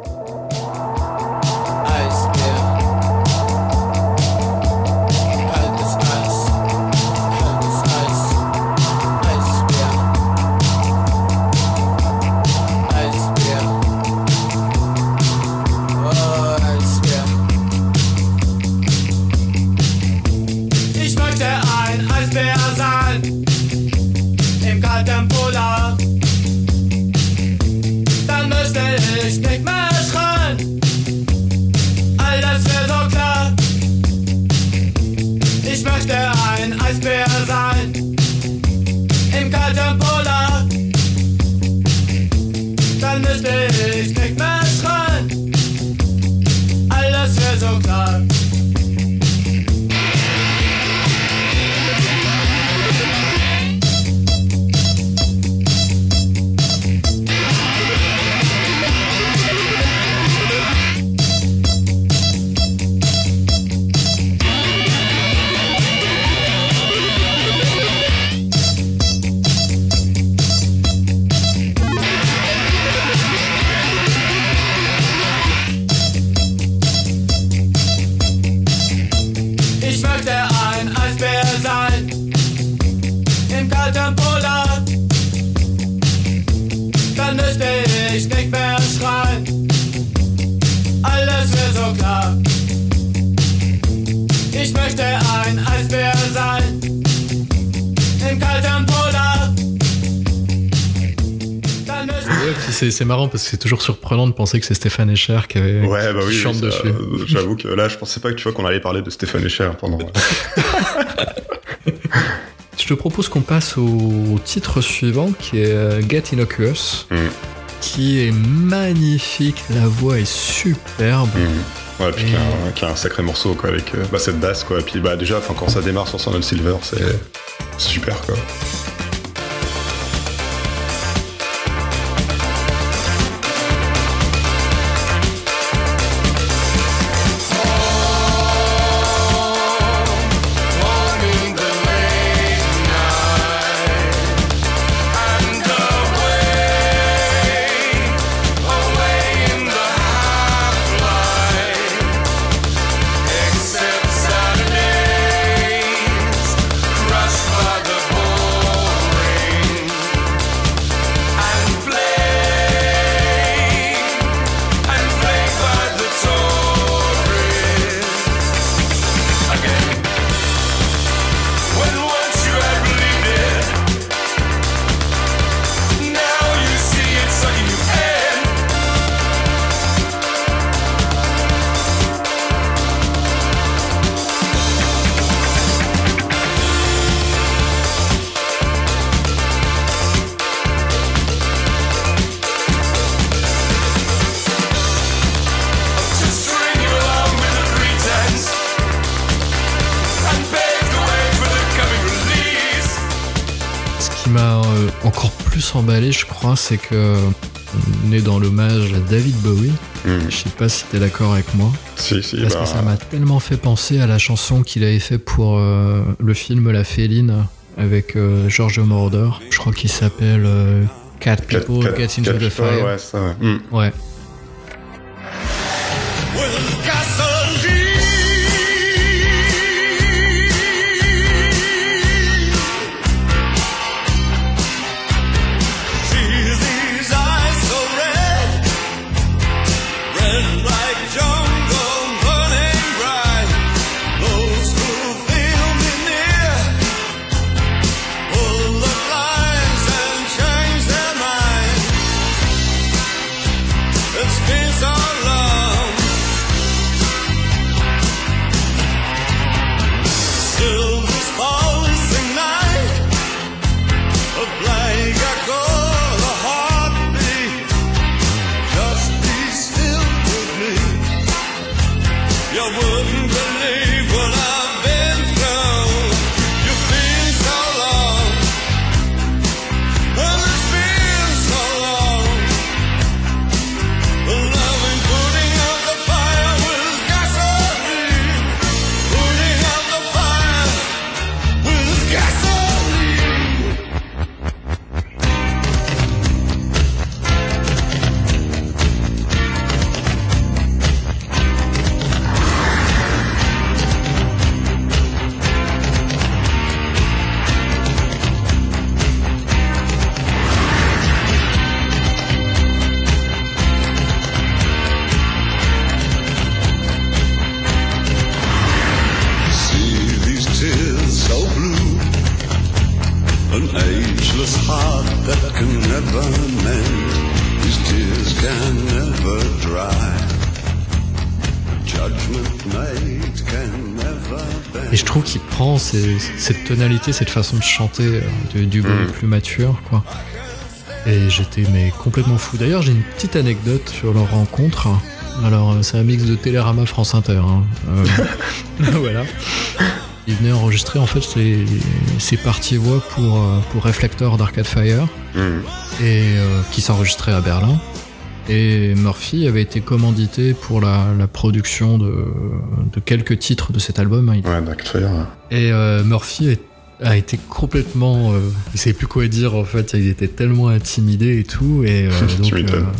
C'est marrant parce que c'est toujours surprenant de penser que c'est Stéphane Escher qui chante dessus. J'avoue que là, je pensais pas que qu'on allait parler de Stéphane Escher pendant. Je te propose qu'on passe au titre suivant qui est Get Innocuous, qui est magnifique, la voix est superbe. Ouais, puis qui a un sacré morceau quoi, avec cette basse quoi. Et puis déjà, quand ça démarre sur Son of Silver, c'est super quoi. Encore plus emballé, je crois, c'est que on est dans l'hommage à David Bowie. Je sais pas si t'es d'accord avec moi. Si, parce que ça m'a tellement fait penser à la chanson qu'il avait fait pour le film La Féline avec George Moroder. Je crois qu'il s'appelle Cat People Get Into the Fire. Ouais, ça, ouais. Ouais. Like trouve qu'il prend cette tonalité, cette façon de chanter du Bowie plus mature, quoi. Et j'étais complètement fou. D'ailleurs, j'ai une petite anecdote sur leur rencontre. Alors, c'est un mix de Télérama France Inter. Hein. Voilà. Il venait enregistrer en fait ses parties voix pour Reflector d'Arcade Fire, et qui s'enregistrait à Berlin. Et Murphy avait été commandité pour la production de quelques titres de cet album. Ouais, d'Arcade Fire. Ouais. Et Murphy a été complètement... il savait plus quoi dire en fait, il était tellement intimidé et tout. Et donc,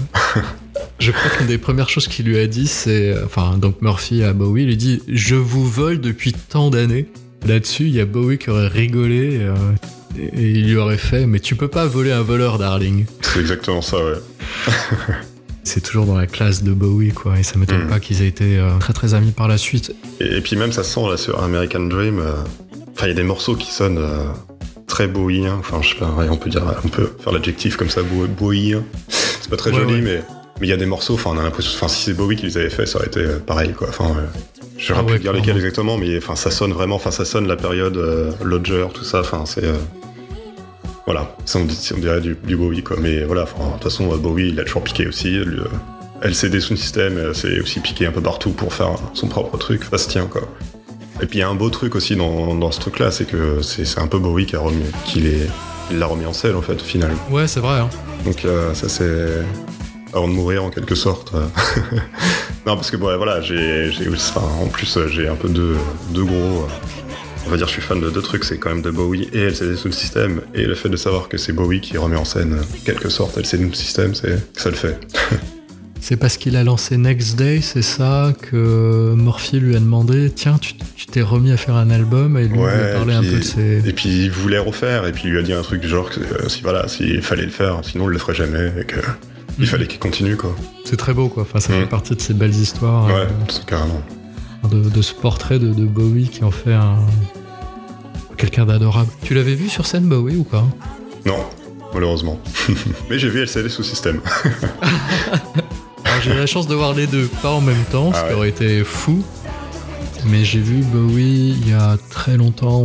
je crois qu'une des premières choses qu'il lui a dit, c'est... Enfin, donc Murphy à Bowie lui dit « Je vous vole depuis tant d'années ». Là-dessus, il y a Bowie qui aurait rigolé et il lui aurait fait « Mais tu peux pas voler un voleur, darling ». C'est exactement ça, ouais. C'est toujours dans la classe de Bowie, quoi, et ça m'étonne pas qu'ils aient été très très amis par la suite. Et puis même, ça sent là sur American Dream, enfin, il y a des morceaux qui sonnent très Bowie, enfin, je sais pas, ouais, on peut faire l'adjectif comme ça, Bowie. C'est pas très joli, mais il y a des morceaux, enfin, on a l'impression, enfin, si c'est Bowie qui les avait fait, ça aurait été pareil, quoi. Enfin, je saurais plus dire lesquels exactement, mais enfin, ça sonne vraiment, enfin, ça sonne la période Lodger, tout ça, enfin, c'est. Voilà, ça on dirait du Bowie, quoi. Mais voilà, de toute façon, Bowie, il a toujours piqué aussi. LCD Sound System, c'est aussi piqué un peu partout pour faire son propre truc. Ça se tient, quoi. Et puis il y a un beau truc aussi dans ce truc-là, c'est que c'est un peu Bowie il l'a remis en scène, en fait, au final. Ouais, c'est vrai. Hein. Donc ça, c'est avant de mourir, en quelque sorte. Non, parce que voilà, en plus, j'ai un peu deux gros... On va dire, je suis fan de deux trucs, c'est quand même de Bowie et LCD Sound System, et le fait de savoir que c'est Bowie qui remet en scène, en quelque sorte, LCD Sound System, ça le fait. C'est parce qu'il a lancé Next Day, c'est ça, que Murphy lui a demandé « Tiens, tu t'es remis à faire un album ?» et lui lui a parlé un peu de ses... Et puis il voulait refaire, et puis il lui a dit un truc genre que s'il fallait le faire, sinon il le ferait jamais, et qu'il fallait qu'il continue, quoi. C'est très beau, quoi. Enfin, ça fait partie de ces belles histoires. Ouais, carrément. De ce portrait de Bowie qui en fait quelqu'un d'adorable. Tu l'avais vu sur scène, Bowie, ou pas? Non, malheureusement. Mais j'ai vu LCD Sound System. Alors, j'ai eu la chance de voir les deux, pas en même temps, ce qui aurait été fou. Mais j'ai vu Bowie il y a très longtemps.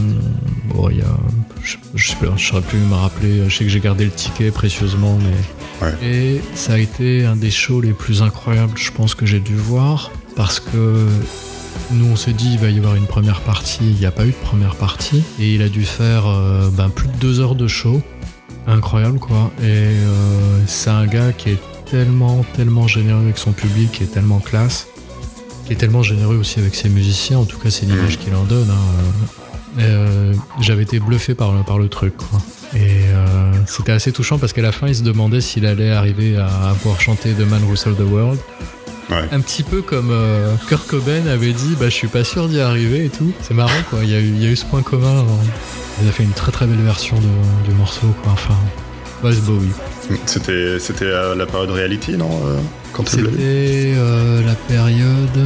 Je sais pas, je saurais plus me rappeler. Je sais que j'ai gardé le ticket précieusement, mais... Ouais. Et ça a été un des shows les plus incroyables, je pense, que j'ai dû voir. Parce que nous on s'est dit il va y avoir une première partie, il n'y a pas eu de première partie, et il a dû faire plus de 2 heures de show, incroyable, quoi. Et c'est un gars qui est tellement généreux avec son public, qui est tellement classe, qui est tellement généreux aussi avec ses musiciens, en tout cas c'est l'image qu'il en donne, hein. J'avais été bluffé par le truc, quoi. Et c'était assez touchant parce qu'à la fin il se demandait s'il allait arriver à pouvoir chanter The Man Who Sold the World. Ouais. Un petit peu comme Kurt Cobain avait dit je suis pas sûr d'y arriver et tout. C'est marrant, quoi. Il y a eu ce point commun. Il a fait une très très belle version du morceau, quoi. Enfin, c'est Bowie. C'était la période reality, non, quand c'était la période...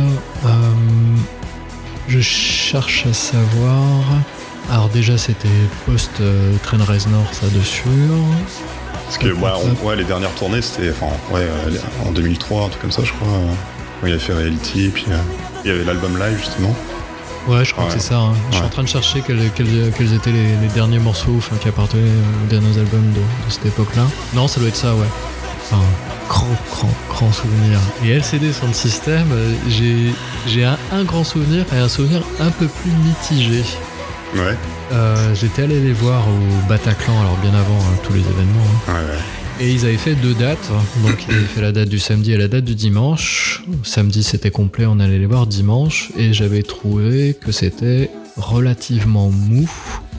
je cherche à savoir... Alors déjà c'était post-Train Reznor, ça dessus. Parce que les dernières tournées, c'était en 2003, un truc comme ça, je crois. Où il a fait Reality, et puis il y avait l'album live, justement. Ouais, je crois que c'est ça. Hein. Je suis en train de chercher quels étaient les derniers morceaux qui appartenaient aux derniers albums de cette époque-là. Non, ça doit être ça, ouais. Enfin, grand souvenir. Et LCD Sound System, j'ai un grand souvenir et un souvenir un peu plus mitigé. Ouais. J'étais allé les voir au Bataclan, alors bien avant tous les événements. Hein. Ouais. Et ils avaient fait 2 dates, donc ils avaient fait la date du samedi et la date du dimanche. Samedi c'était complet, on allait les voir dimanche, et j'avais trouvé que c'était relativement mou,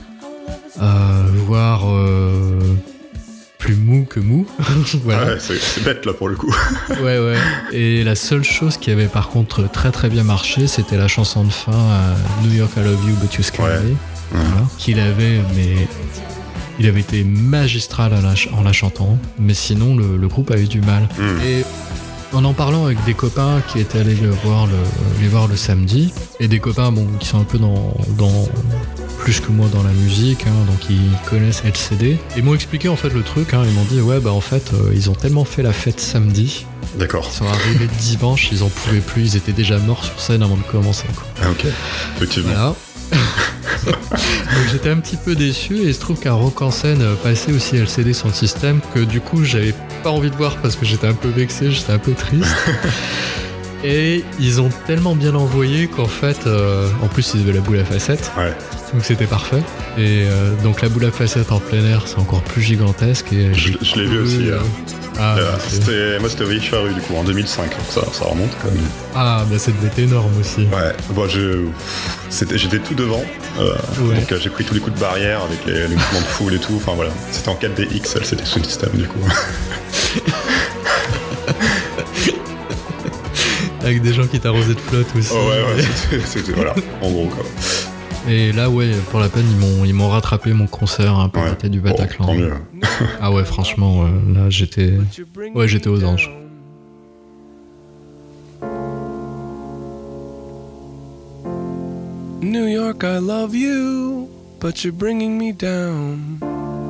voire plus mou que mou. Voilà. Ouais, c'est bête là pour le coup. Ouais. Et la seule chose qui avait par contre très très bien marché, c'était la chanson de fin New York I Love You But You Scare Me. Voilà, qu'il avait, mais il avait été magistral en la chantant, mais sinon le groupe a eu du mal. Et en parlant avec des copains qui étaient allés les voir le samedi, et des copains qui sont un peu dans plus que moi dans la musique, hein, donc ils connaissent LCD, ils m'ont expliqué en fait le truc, hein, ils m'ont dit en fait ils ont tellement fait la fête samedi. D'accord. Ils sont arrivés dimanche, ils en pouvaient plus, ils étaient déjà morts sur scène avant de commencer, quoi. Ah ok, effectivement. Voilà. Donc j'étais un petit peu déçu et il se trouve qu'un Rock en scène passait aussi LCD Sound System que du coup j'avais pas envie de voir parce que j'étais un peu vexé, j'étais un peu triste. Et ils ont tellement bien envoyé qu'en fait, en plus ils avaient la boule à facettes, Ouais. donc c'était parfait. Et donc la boule à facettes en plein air, c'est encore plus gigantesque. Et Je l'ai vu aussi. c'est- Moi, c'était Riche Rue, du coup, en 2005. Donc ça remonte quand même. Ah, bah ça devait être énorme aussi. Ouais. Bon, j'étais tout devant. Ouais. Donc j'ai pris tous les coups de barrière avec les mouvements de foule et tout. Enfin voilà. C'était en 4DX, c'était sous le système du coup. Avec des gens qui t'arrosaient de flotte aussi. Oh ouais, c'était voilà. En gros quoi. Et là, ouais, pour la peine, ils m'ont rattrapé mon concert un peu raté du Bataclan. Tant mieux. Ah ouais, franchement, là, j'étais aux anges. New York, I love you, but you're bringing me down.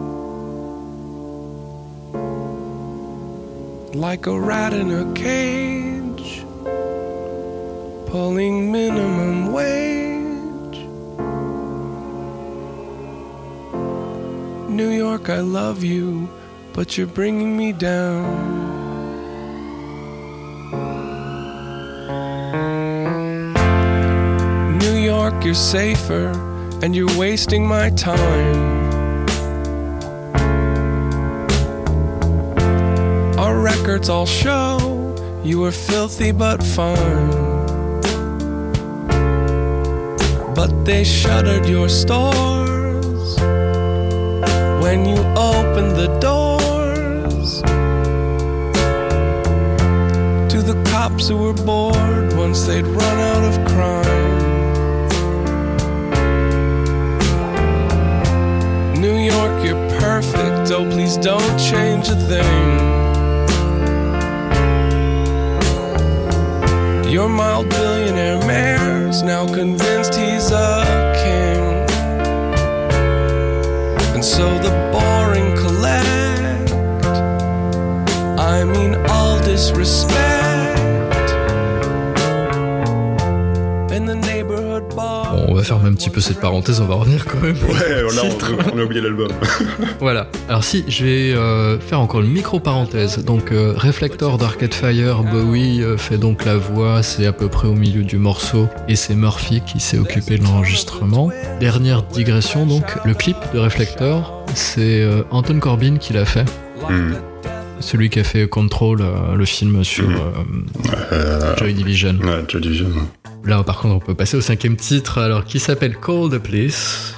Like a rat in a cage, pulling minimum wage. New York, I love you, but you're bringing me down. New York, you're safer, and you're wasting my time. Our records all show you were filthy but fine. But they shuttered your stores when you opened the doors to the cops who were bored once they'd run out of crime. New York, you're perfect, oh please don't change a thing. Your mild billionaire mayor's now convinced he's a king. And so the boring collect, I mean all disrespect. In the neighborhood bar. Bon, on va fermer un petit peu cette parenthèse, on va revenir quand même. Ouais, là on a oublié l'album. Voilà. Alors si, je vais faire encore une micro-parenthèse. Donc Reflector d'Arcade Fire, Bowie fait donc la voix, c'est à peu près au milieu du morceau, et c'est Murphy qui s'est occupé de l'enregistrement. Dernière digression donc, le clip de Reflector, c'est Anton Corbijn qui l'a fait. Celui qui a fait Control, le film sur Joy Division. Ouais, Joy Division. Là par contre on peut passer au 5e titre, alors qui s'appelle Call the Police.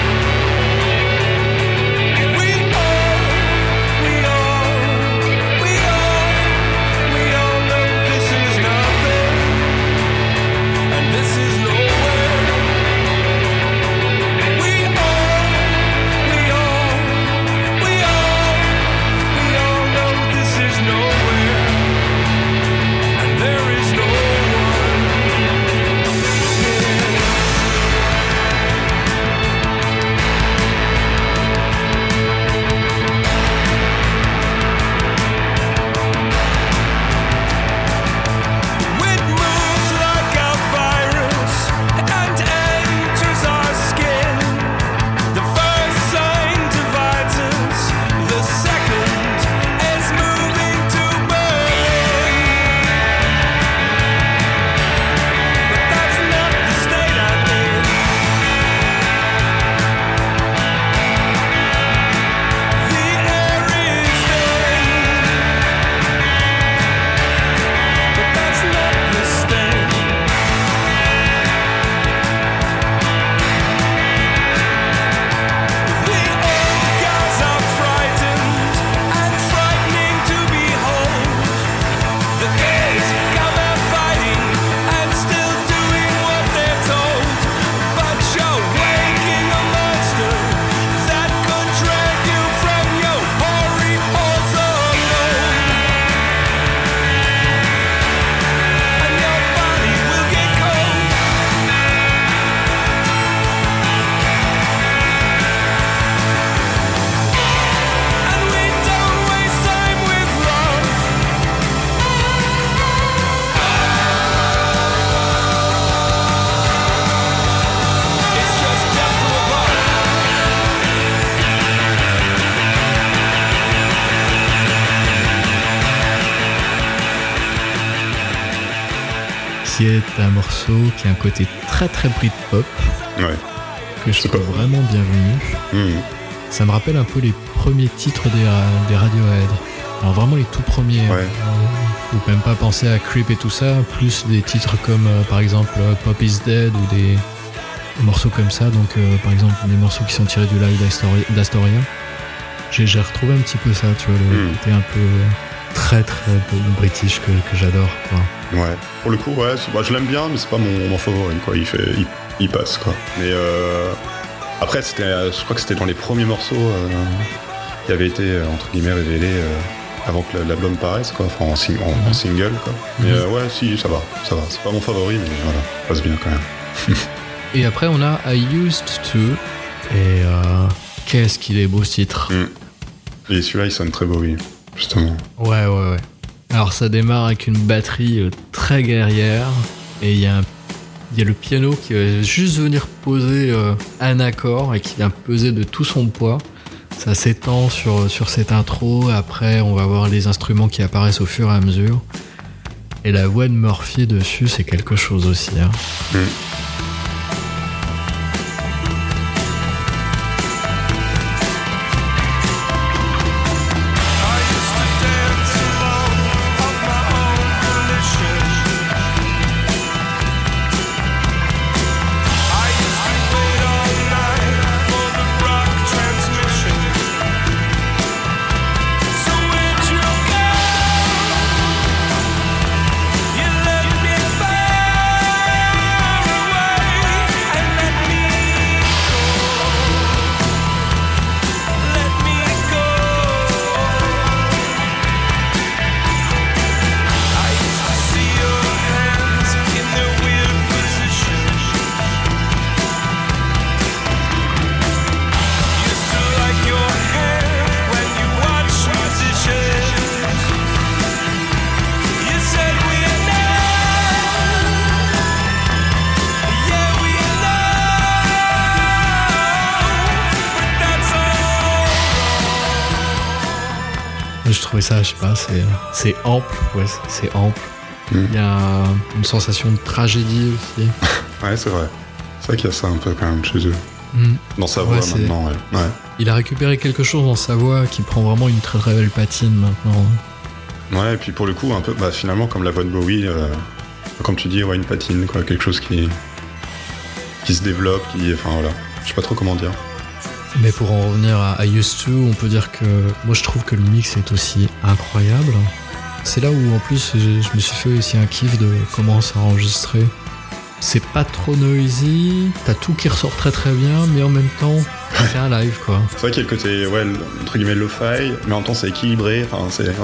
We qui est un morceau qui a un côté très très Britpop, Ouais. que je trouve vraiment bienvenu. Ça me rappelle un peu les premiers titres des Radiohead. Alors vraiment les tout premiers. Ouais. Faut même pas penser à Creep et tout ça, plus des titres comme par exemple Pop is Dead ou des morceaux comme ça. Donc par exemple des morceaux qui sont tirés du live d'Astoria. J'ai retrouvé un petit peu ça, tu vois, le côté un peu très très british que j'adore, quoi. Ouais. Pour le coup, ouais, je l'aime bien, mais c'est pas mon favori, quoi. Il passe, quoi. Mais après, je crois que c'était dans les premiers morceaux qui avaient été entre guillemets révélés avant que l'album paraisse, quoi. Enfin, en single, quoi. Mais ouais, si, ça va. C'est pas mon favori, mais voilà, ça passe bien quand même. Et après, on a I Used To, et qu'est-ce qu'il est beau ce titre. Et celui-là, il sonne très beau, oui, justement. Ouais. Alors ça démarre avec une batterie très guerrière, et il y a le piano qui va juste venir poser un accord et qui vient peser de tout son poids. Ça s'étend sur cette intro. Après, on va voir les instruments qui apparaissent au fur et à mesure. Et la voix de Murphy dessus, c'est quelque chose aussi. Hein. Je trouvais ça, je sais pas, c'est ample, ouais, c'est ample. Il y a une sensation de tragédie aussi. Ouais, c'est vrai. C'est vrai qu'il y a ça un peu quand même chez eux. Dans sa voix maintenant, ouais. Il a récupéré quelque chose dans sa voix qui prend vraiment une très très belle patine maintenant. Ouais, et puis pour le coup, un peu, finalement, comme la voix de Bowie, comme tu dis, ouais, une patine, quoi, quelque chose qui se développe, enfin voilà, je sais pas trop comment dire. Mais pour en revenir à I Used To, on peut dire que moi je trouve que le mix est aussi incroyable. C'est là où en plus je me suis fait aussi un kiff de comment c'est enregistré. C'est pas trop noisy, t'as tout qui ressort très très bien, mais en même temps c'est un live, quoi. C'est vrai qu'il y a le côté, ouais, entre guillemets lo-fi, mais en même temps c'est équilibré, enfin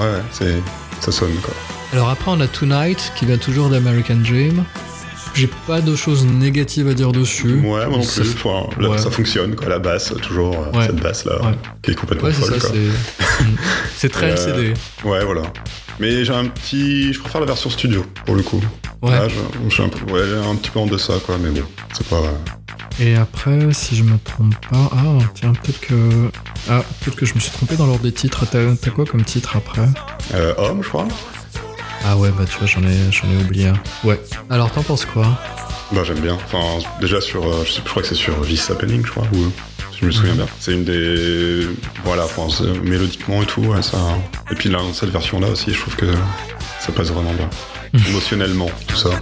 ça sonne, quoi. Alors après on a Tonight qui vient toujours d'American Dream. J'ai pas de choses négatives à dire dessus. Ouais, moi non plus. Enfin, ça fonctionne, quoi. La basse, toujours, cette basse-là, qui est complètement folle, quoi. C'est très LCD. Ouais, voilà. Mais je préfère la version studio, pour le coup. Ouais. Là, je suis un petit peu en deçà, quoi, mais bon, c'est pas... Et après, si je me trompe pas... Ah, tiens, peut-être que je me suis trompé dans l'ordre des titres. T'as quoi comme titre après ? Homme, je crois. Ah ouais, bah tu vois, j'en ai oublié un. Ouais. Alors t'en penses quoi ? Bah j'aime bien. Enfin, déjà je crois que c'est sur This Happening, je crois, ou si je me souviens bien. C'est une des... Voilà, enfin, mélodiquement et tout, ouais, ça... Et puis là, cette version-là aussi, je trouve que ça passe vraiment bien. Émotionnellement, tout ça.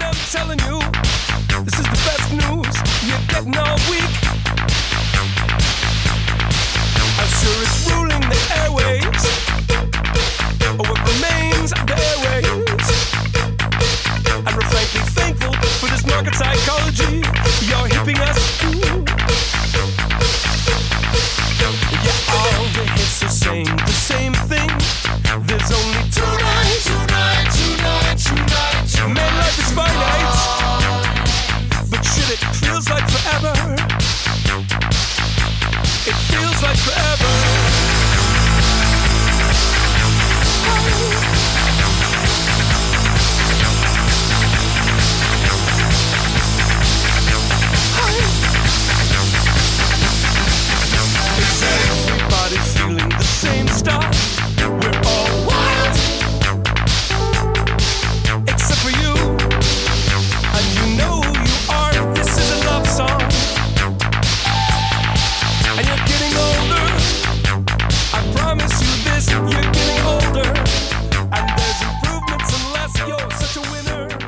And we're frankly thankful for this market psychology you're hipping us to. Yeah, all the hits are saying the same thing. There's only tonight. Man, life is finite, but shit, it feels like forever. It feels like forever.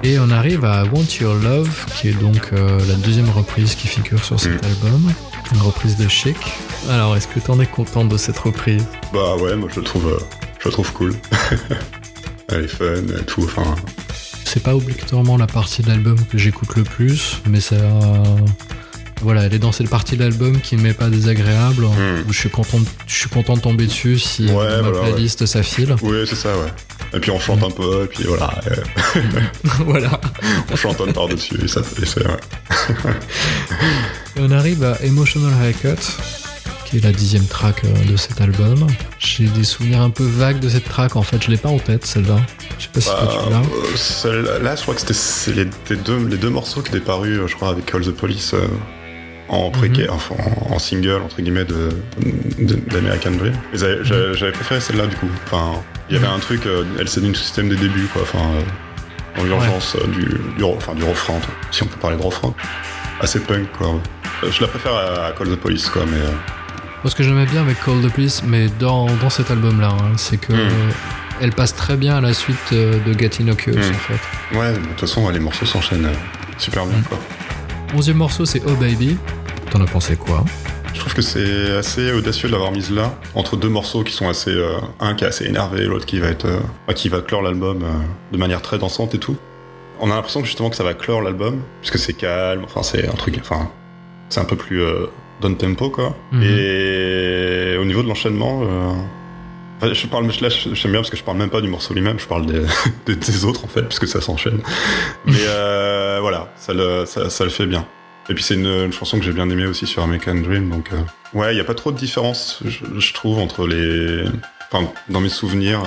Et on arrive à Want Your Love, qui est donc la deuxième reprise qui figure sur cet album. Une reprise de Chic. Alors, est-ce que t'en es content de cette reprise? Bah ouais, moi je la trouve cool. Elle est fun et tout, enfin... C'est pas obligatoirement la partie de l'album que j'écoute le plus, mais ça... Voilà, elle est dans cette partie de l'album qui ne m'est pas désagréable, où je suis content de tomber dessus si ma playlist ça file. Oui, c'est ça, ouais. Et puis on chante un peu, et puis voilà. Voilà. On chantonne par-dessus, et c'est vrai. Et on arrive à Emotional Haircut, qui est la 10e track de cet album. J'ai des souvenirs un peu vagues de cette track, en fait, je l'ai pas en tête, celle-là. Je sais pas si toi tu l'as. Celle-là, je crois que c'était les deux morceaux qui étaient parus, je crois, avec Call the Police en en single, entre guillemets, d'American Dream. Et j'avais préféré celle-là, du coup. Enfin, il y avait un truc, elle s'est du système des débuts, quoi. Enfin, dans l'urgence du refrain, si on peut parler de refrain. Assez punk, quoi. Je la préfère à Call the Police, quoi, mais... Ce que j'aimais bien avec Call the Police, mais dans cet album-là, c'est que elle passe très bien à la suite de Getting Oculus, en fait. Ouais, de toute façon, les morceaux s'enchaînent super bien, quoi. 11e morceau, c'est Oh Baby. T'en as pensé quoi? Je trouve que c'est assez audacieux de l'avoir mise là, entre deux morceaux qui sont assez... un qui est assez énervé, l'autre qui va clore l'album de manière très dansante et tout. On a l'impression que justement que ça va clore l'album, puisque c'est calme, enfin c'est un truc... Enfin, c'est un peu plus down tempo, quoi. Et au niveau de l'enchaînement... Enfin, là, j'aime bien parce que je parle même pas du morceau lui-même, je parle des autres, en fait, parce que ça s'enchaîne. Mais voilà, ça le fait bien. Et puis c'est une chanson que j'ai bien aimée aussi sur American Dream, donc... Ouais, il y a pas trop de différence, je trouve, entre les... Enfin, dans mes souvenirs...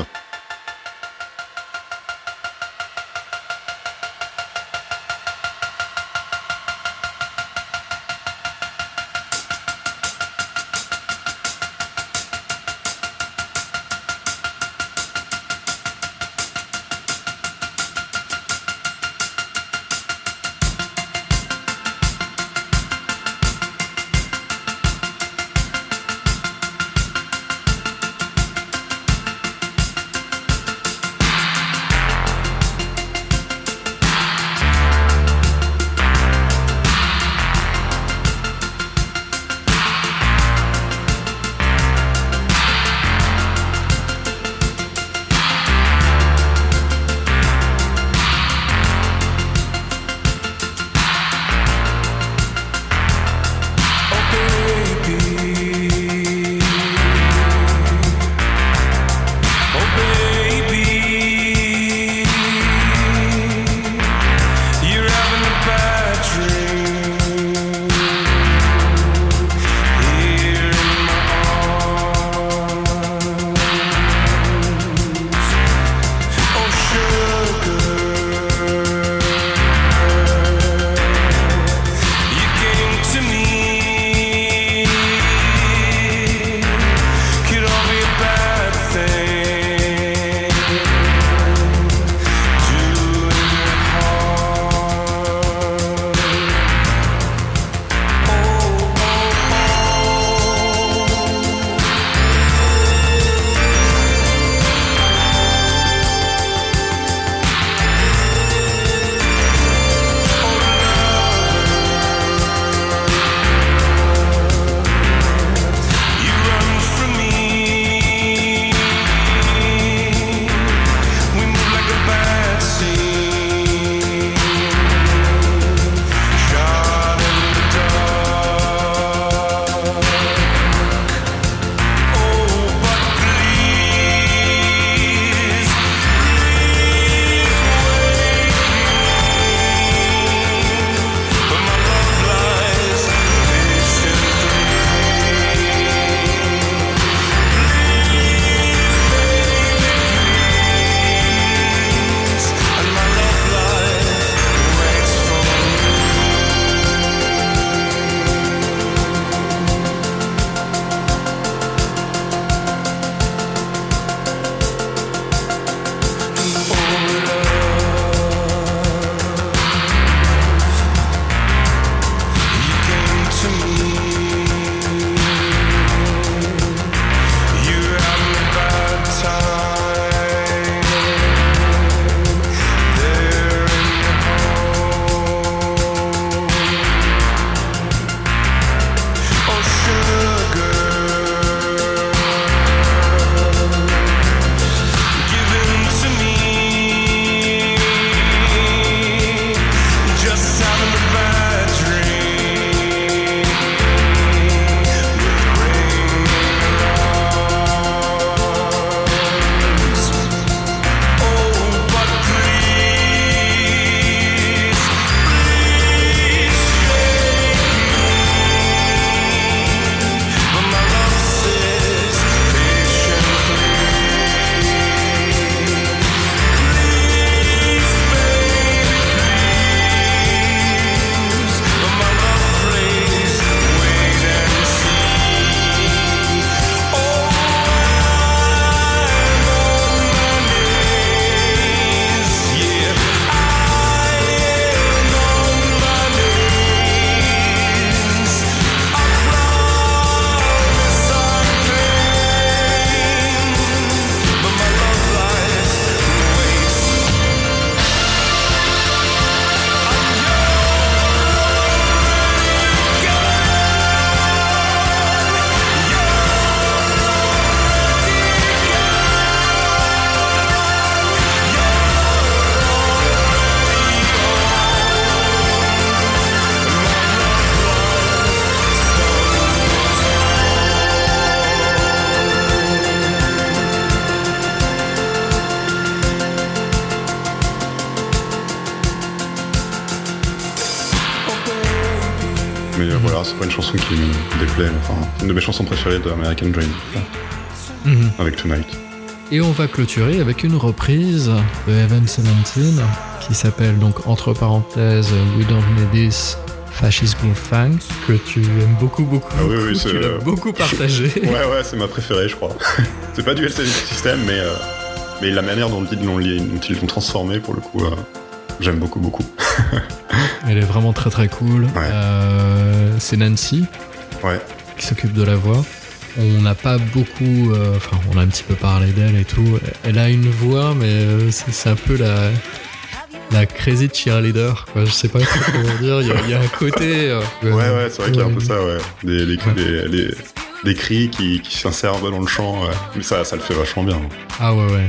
verra, c'est pas une chanson qui me déplaît, mais enfin, une de mes chansons préférées de American Dream, avec Tonight. Et on va clôturer avec une reprise de Heaven 17 qui s'appelle donc entre parenthèses We Don't Need This Fascist Groove Fang, que tu aimes beaucoup. Ah oui, tu l'as beaucoup partagé. Ouais, c'est ma préférée, je crois. C'est pas du LCD System, mais la manière dont ils l'ont transformé, pour le coup, j'aime beaucoup. Elle est vraiment très très cool. Ouais. C'est Nancy qui s'occupe de la voix. On n'a pas beaucoup... on a un petit peu parlé d'elle et tout. Elle a une voix, mais c'est un peu la crazy cheerleader, quoi. Je sais pas comment dire. Il y a un côté... ouais, c'est vrai qu'il y a un peu ça, ouais. Des cris qui s'insèrent dans le chant. Mais ça le fait vachement bien. Ah ouais.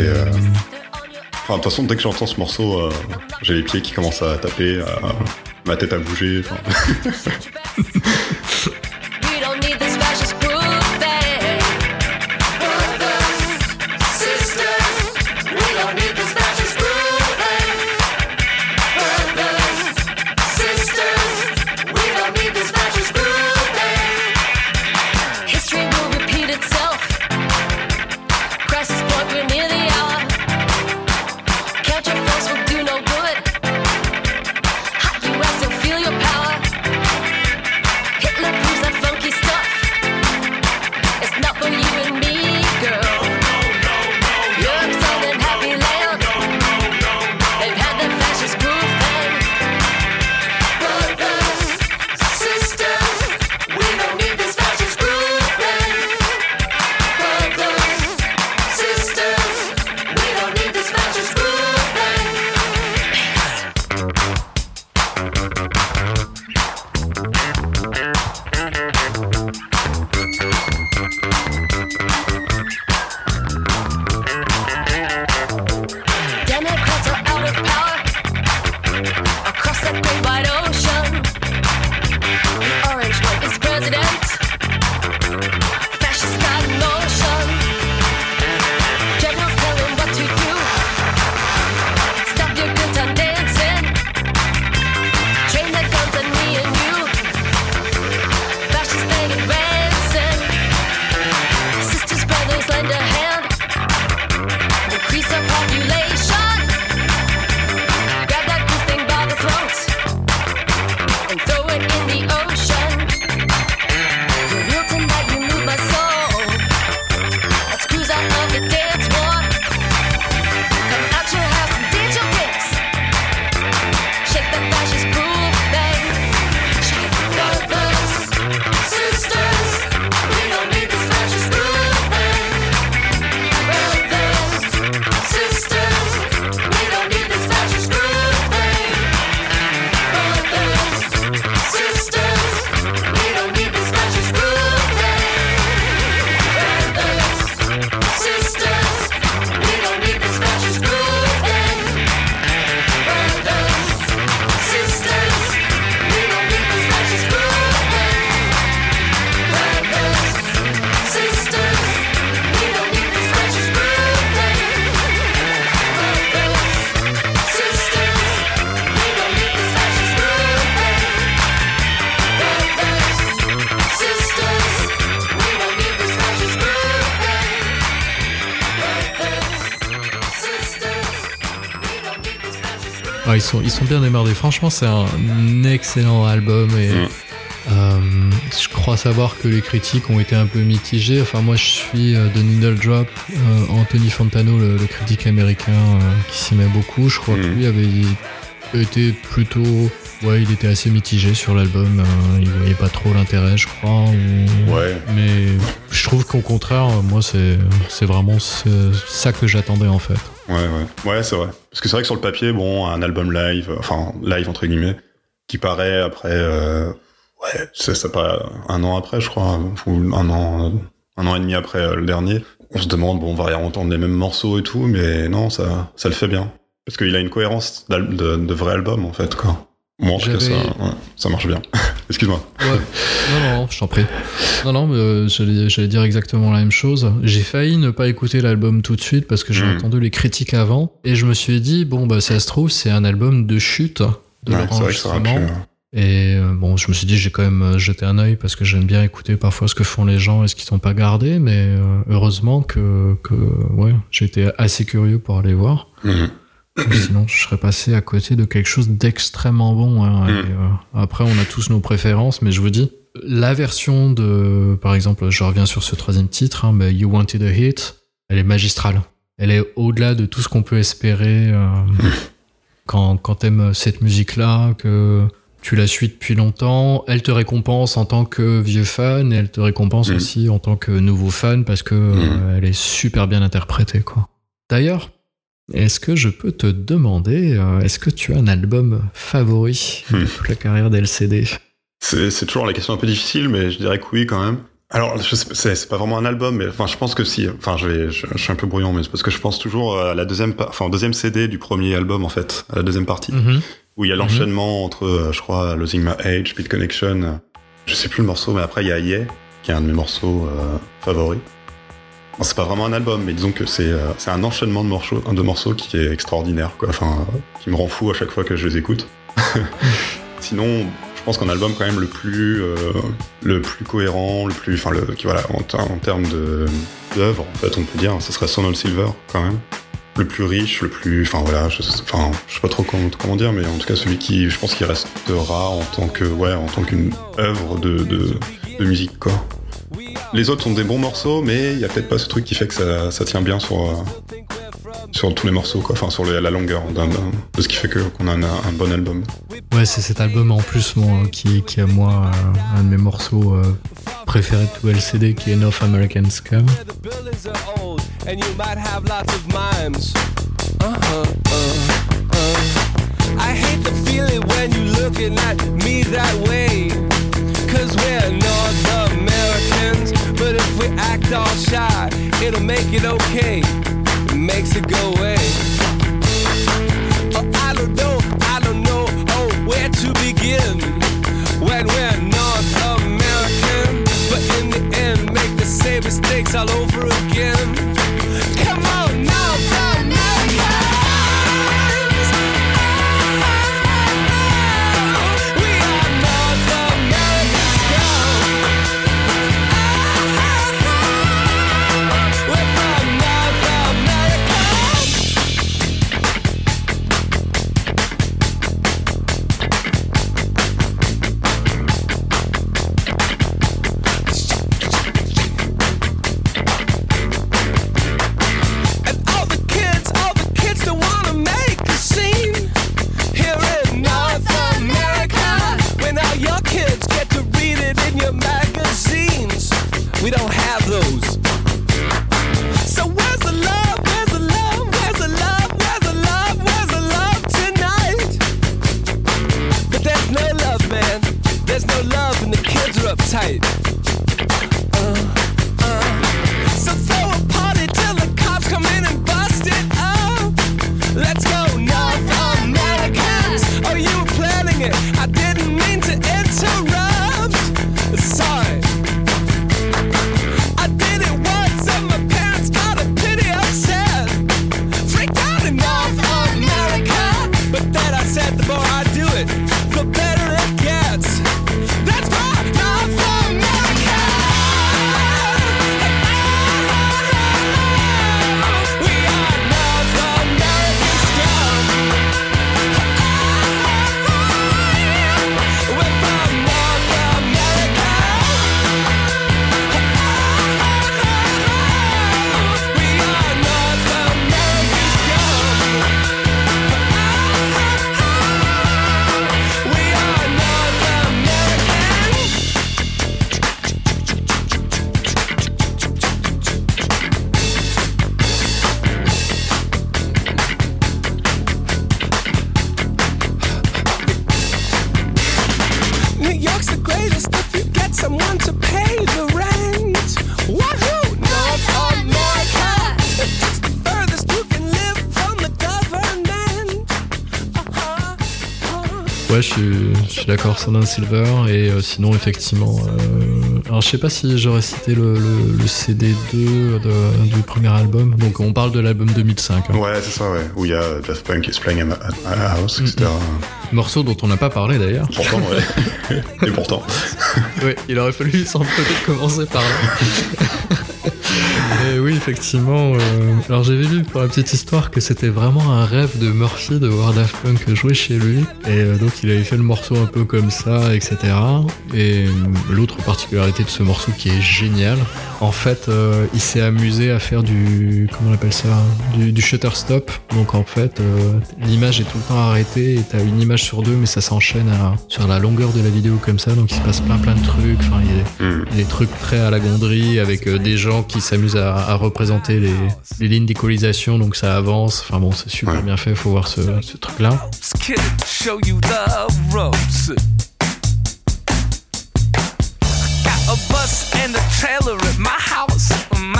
De toute façon, dès que j'entends ce morceau, j'ai les pieds qui commencent à taper, ma tête à bouger. Ils sont bien démerdés. Franchement, c'est un excellent album et je crois savoir que les critiques ont été un peu mitigées. Enfin, moi, je suis de Needle Drop, Anthony Fantano, le critique américain qui s'y met beaucoup. Je crois que lui avait été plutôt... Ouais, il était assez mitigé sur l'album. Il voyait pas trop l'intérêt, je crois. Ouais. Mais je trouve qu'au contraire, moi, c'est vraiment ça que j'attendais en fait. Ouais, c'est vrai. Parce que c'est vrai que sur le papier, un album live, enfin live entre guillemets, qui paraît après, ça paraît un an après, je crois, ou un an et demi après le dernier. On se demande, on va réentendre les mêmes morceaux et tout, mais non, ça le fait bien. Parce qu'il a une cohérence de vrai album en fait, quoi. Moi, en tout cas, ça marche bien. Excuse-moi. Ouais. Non, je t'en prie. Non, mais j'allais dire exactement la même chose. J'ai failli ne pas écouter l'album tout de suite parce que j'ai entendu les critiques avant et je me suis dit, ça se trouve, c'est un album de chute de l'enregistrement. Et bon, je me suis dit, j'ai quand même jeté un œil parce que j'aime bien écouter parfois ce que font les gens et ce qu'ils n'ont pas gardé, mais heureusement que ouais, j'ai été assez curieux pour aller voir. Sinon, je serais passé à côté de quelque chose d'extrêmement bon. Hein. Et, après, on a tous nos préférences, mais je vous dis, la version de, par exemple, je reviens sur ce troisième titre, hein, mais You Wanted a Hit, elle est magistrale. Elle est au-delà de tout ce qu'on peut espérer quand t'aimes cette musique-là, que tu la suis depuis longtemps. Elle te récompense en tant que vieux fan et elle te récompense aussi en tant que nouveau fan parce que elle est super bien interprétée, quoi. D'ailleurs, est-ce que je peux te demander, est-ce que tu as un album favori de toute la carrière d'LCD ? C'est toujours la question un peu difficile, mais je dirais que oui quand même. Alors, c'est pas vraiment un album, mais enfin, je pense que si. Enfin, je suis un peu brouillon, mais c'est parce que je pense toujours à la deuxième CD du premier album en fait, à la deuxième partie, où il y a l'enchaînement entre, je crois, Losing My Age, Beat Connection. Je sais plus le morceau, mais après il y a Yeah, qui est un de mes morceaux favoris. Bon, c'est pas vraiment un album, mais disons que c'est un enchaînement de morceaux qui est extraordinaire, quoi. Enfin, qui me rend fou à chaque fois que je les écoute. Sinon, je pense qu'un album quand même le plus cohérent, en termes d'œuvre, en fait, on peut dire, ce serait Son of Silver, quand même. Le plus riche, je sais pas trop comment dire, mais en tout cas celui qui, je pense, qui restera en tant qu'une œuvre de musique, quoi. Les autres sont des bons morceaux, mais il y a peut-être pas ce truc qui fait que ça tient bien sur tous les morceaux, quoi. Enfin, sur la longueur de ce qui fait qu'on a un bon album. Ouais, c'est cet album en plus qui est moi un de mes morceaux préférés de tout LCD, qui est North American Scum. I hate the feeling when you looking at me that way. 'Cause we're North Americans, but if we act all shy, it'll make it okay. It makes it go away. Oh, I don't know, where to begin when we're North American, but in the end, make the same mistakes all over again. Come on, North America. We don't have those. So where's the love? Where's the love? Where's the love? Where's the love? Where's the love tonight? But there's no love, man. There's no love and the kids are uptight. So throw a party till the cops come in and bust it up. Let's go, North Americans. Oh, you were planning it. I didn't mean to interrupt. Sorry. The more I do it, the better it gets. That's why North America. We are North American scum. Ouais, je suis d'accord, Sound and Silver. Et sinon, effectivement, alors je sais pas si j'aurais cité le CD2 du premier album. Donc on parle de l'album 2005. Hein. Ouais, c'est ça, ouais. Où il y a Daft Punk is playing a house, etc. Morceau dont on n'a pas parlé d'ailleurs. Pourtant, ouais. Et pourtant. Ouais, il aurait fallu sans peut-être commencer par là. Et oui, effectivement. Alors j'avais lu pour la petite histoire que c'était vraiment un rêve de Murphy de voir Daft Punk jouer chez lui. Et donc il avait fait le morceau un peu comme ça, etc. Et l'autre particularité de ce morceau qui est génial, en fait, il s'est amusé à faire comment on appelle ça, du shutter stop. Donc en fait, l'image est tout le temps arrêtée et t'as une image sur deux, mais ça s'enchaîne sur la longueur de la vidéo comme ça. Donc il se passe plein de trucs. Enfin, il y a des trucs très à la Gondry avec des gens qui s'amusent à représenter les lignes d'équalisation, donc ça avance. Enfin bon, c'est super bien fait, faut voir ce truc-là. Show you the ropes. Got a bus and a trailer at my house,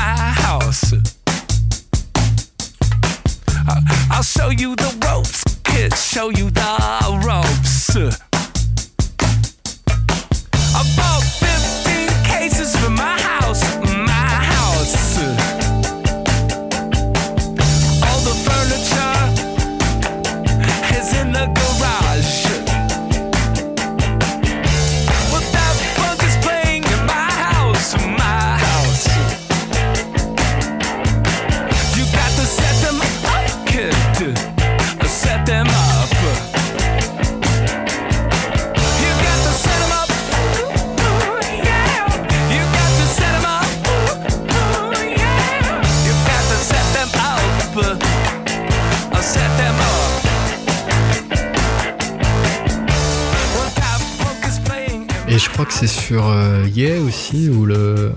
I'll show you the ropes, kid, show you the ropes. I bought 15 cases for my house. All the furniture is in the garage. But that bug is playing in my house. You got to set them up, kid. Set them up. You got to set them up. Yeah. You got to set them up. Yeah. You got to set them up. Set them up. Et je crois que c'est sur Yeah aussi, ou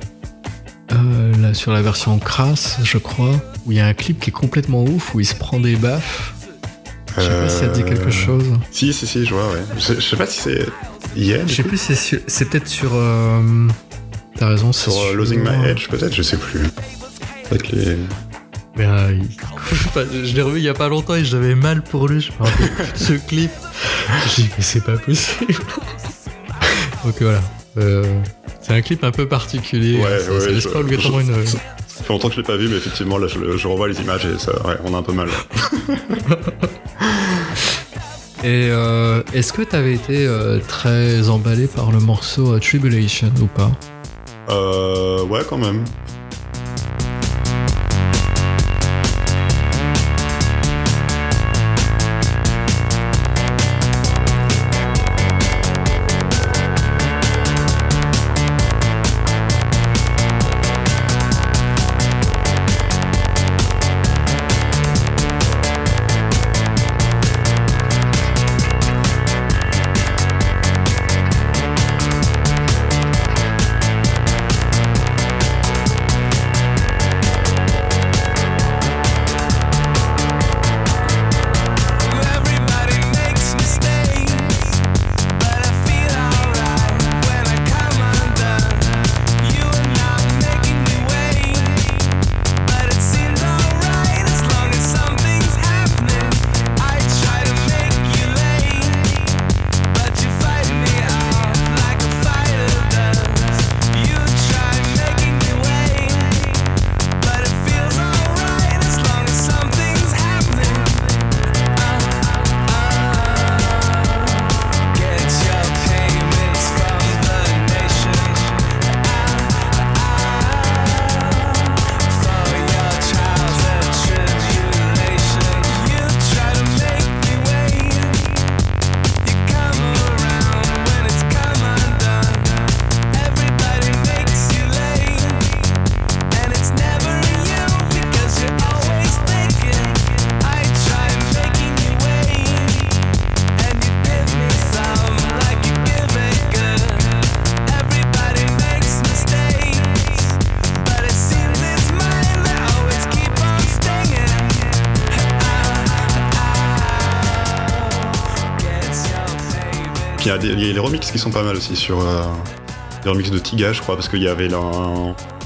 sur la version Crass, je crois, où il y a un clip qui est complètement ouf, où il se prend des baffes. Je sais pas si ça te dit quelque chose. Si, je vois, ouais. Je sais pas si c'est Yeah. Je sais plus, c'est peut-être sur... T'as raison, c'est sur Losing My Edge, peut-être, je sais plus. Avec les... Mais je l'ai revu il y a pas longtemps et j'avais mal pour lui, je me rappelle de ce clip. J'ai dit, mais c'est pas possible. Donc voilà. C'est un clip un peu particulier. Ouais, ça laisse pas obligatoirement une... Ça fait longtemps que je l'ai pas vu, mais effectivement, là, je revois les images et ça, ouais, on a un peu mal. Et est-ce que t'avais été très emballé par le morceau Tribulation ou pas ? Ouais, quand même. Puis il y a les remixes qui sont pas mal aussi sur les remixes de Tiga, je crois, parce qu'il y avait là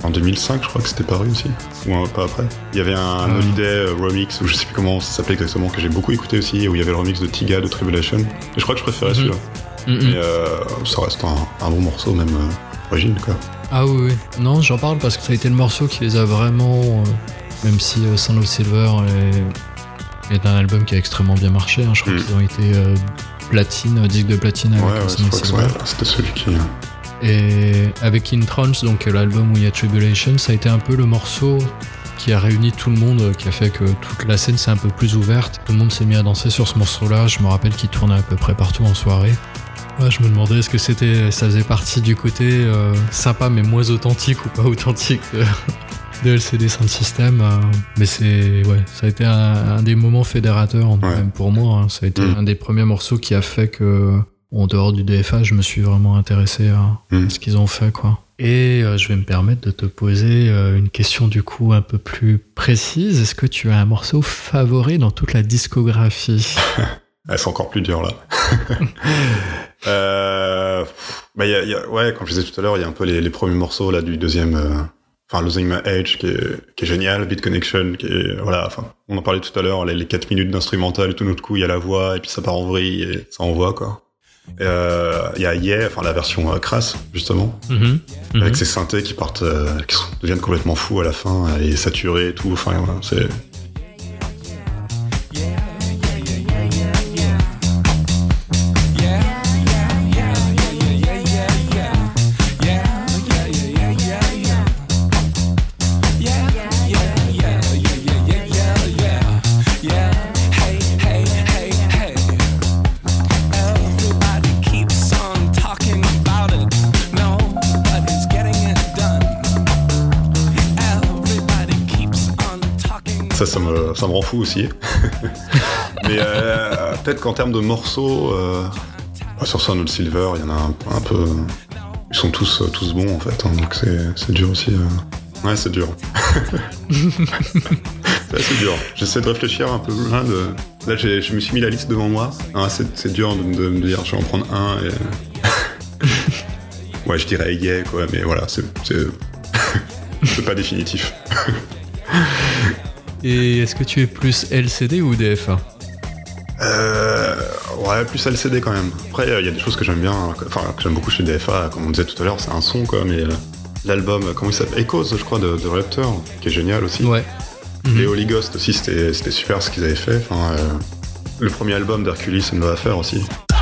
en 2005, je crois que c'était paru aussi, ou un peu après. Il y avait un Holiday remix, ou je sais plus comment ça s'appelait exactement, que j'ai beaucoup écouté aussi, où il y avait le remix de Tiga de Tribulation. Et je crois que je préférais celui-là. Mais ça reste un bon morceau, même origine, quoi. Ah oui. Non, j'en parle parce que ça a été le morceau qui les a vraiment, même si Sound of Silver est un album qui a extrêmement bien marché, hein, je crois qu'ils ont été platine, disque de platine avec Sound of Silver. C'était celui qui... Et avec In Trance, donc l'album où il y a Tribulation, ça a été un peu le morceau qui a réuni tout le monde, qui a fait que toute la scène s'est un peu plus ouverte. Tout le monde s'est mis à danser sur ce morceau-là. Je me rappelle qu'il tournait à peu près partout en soirée. Ouais, je me demandais est-ce que ça faisait partie du côté sympa mais moins authentique ou pas authentique de LCD Sound System. Mais ça a été un des moments fédérateurs, même pour moi. Hein. Ça a été un des premiers morceaux qui a fait que, en dehors du DFA, je me suis vraiment intéressé à ce qu'ils ont fait, quoi. Et je vais me permettre de te poser une question du coup un peu plus précise. Est-ce que tu as un morceau favori dans toute la discographie? C'est encore plus dur là. Comme je disais tout à l'heure, il y a un peu les premiers morceaux là du deuxième, Losing My Age qui est génial, Beat Connection qui est on en parlait tout à l'heure, les 4 minutes d'instrumental et tout d'un coup il y a la voix et puis ça part en vrille et ça envoie quoi. Il y a Yeah, la version crasse justement, avec ces synthés qui partent, qui deviennent complètement fous à la fin et saturés et tout. C'est ça me rend fou aussi. Mais peut-être qu'en termes de morceaux, sur Sound of Silver, il y en a un peu... Ils sont tous bons en fait, hein, donc c'est dur aussi. Ouais, c'est dur. C'est assez dur. J'essaie de réfléchir un peu. Là, je me suis mis la liste devant moi. C'est dur de me dire, je vais en prendre un. Et... ouais, je dirais Yeah, quoi, mais voilà, c'est pas définitif. Et est-ce que tu es plus LCD ou DFA? Ouais, plus LCD quand même. Après, il y a des choses que j'aime bien, que j'aime beaucoup chez DFA, comme on disait tout à l'heure, c'est un son quoi, mais l'album, comment il s'appelle, Echoes, je crois, de Raptor, qui est génial aussi. Ouais. Les Holy Ghost aussi, c'était super ce qu'ils avaient fait. Le premier album d'Hercules, c'est une bonne affaire aussi.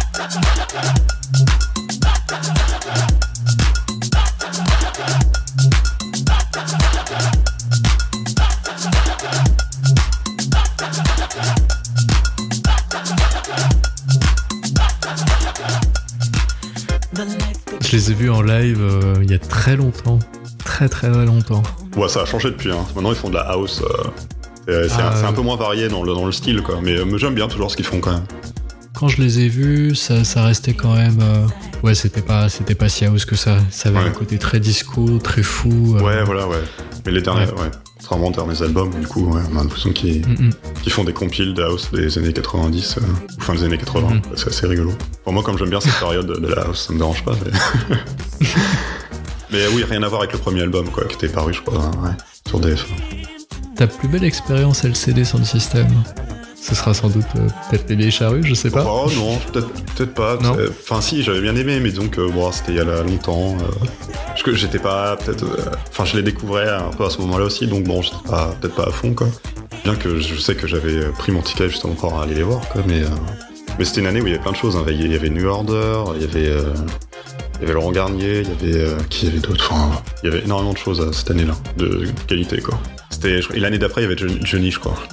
Je les ai vus en live il y a très longtemps. Très très longtemps. Ouais, ça a changé depuis. Hein. Maintenant, ils font de la house. C'est un peu moins varié dans le style, quoi. Mais j'aime bien toujours ce qu'ils font quand même. Quand je les ai vus, ça restait quand même... Ouais, c'était pas si house que ça. Ça avait un côté très disco, très fou. Ouais, voilà, ouais. Mais les derniers, c'est vraiment les derniers albums, du coup, on a l'impression qu'ils font des compiles de house des années 90, ou fin des années 80. C'est assez rigolo. Pour moi, comme j'aime bien cette période de la house, ça me dérange pas. Mais... mais oui, rien à voir avec le premier album, quoi, qui était paru, je crois, sur DF. Ta plus belle expérience LCD Sound System? Ce sera sans doute peut-être les charrues, je sais pas. Oh non, peut-être pas. Non. Enfin si, j'avais bien aimé, mais donc c'était il y a longtemps. J'étais pas peut-être. Je les découvrais un peu à ce moment-là aussi, donc bon, j'étais peut-être pas à fond quoi. Bien que je sais que j'avais pris mon ticket justement pour aller les voir quoi, mais c'était une année où il y avait plein de choses. Hein. Il y avait New Order, il y avait Laurent Garnier, il y avait qui y avait d'autres. Il y avait énormément de choses cette année-là, de qualité quoi. Et l'année d'après, il y avait Johnny, je crois.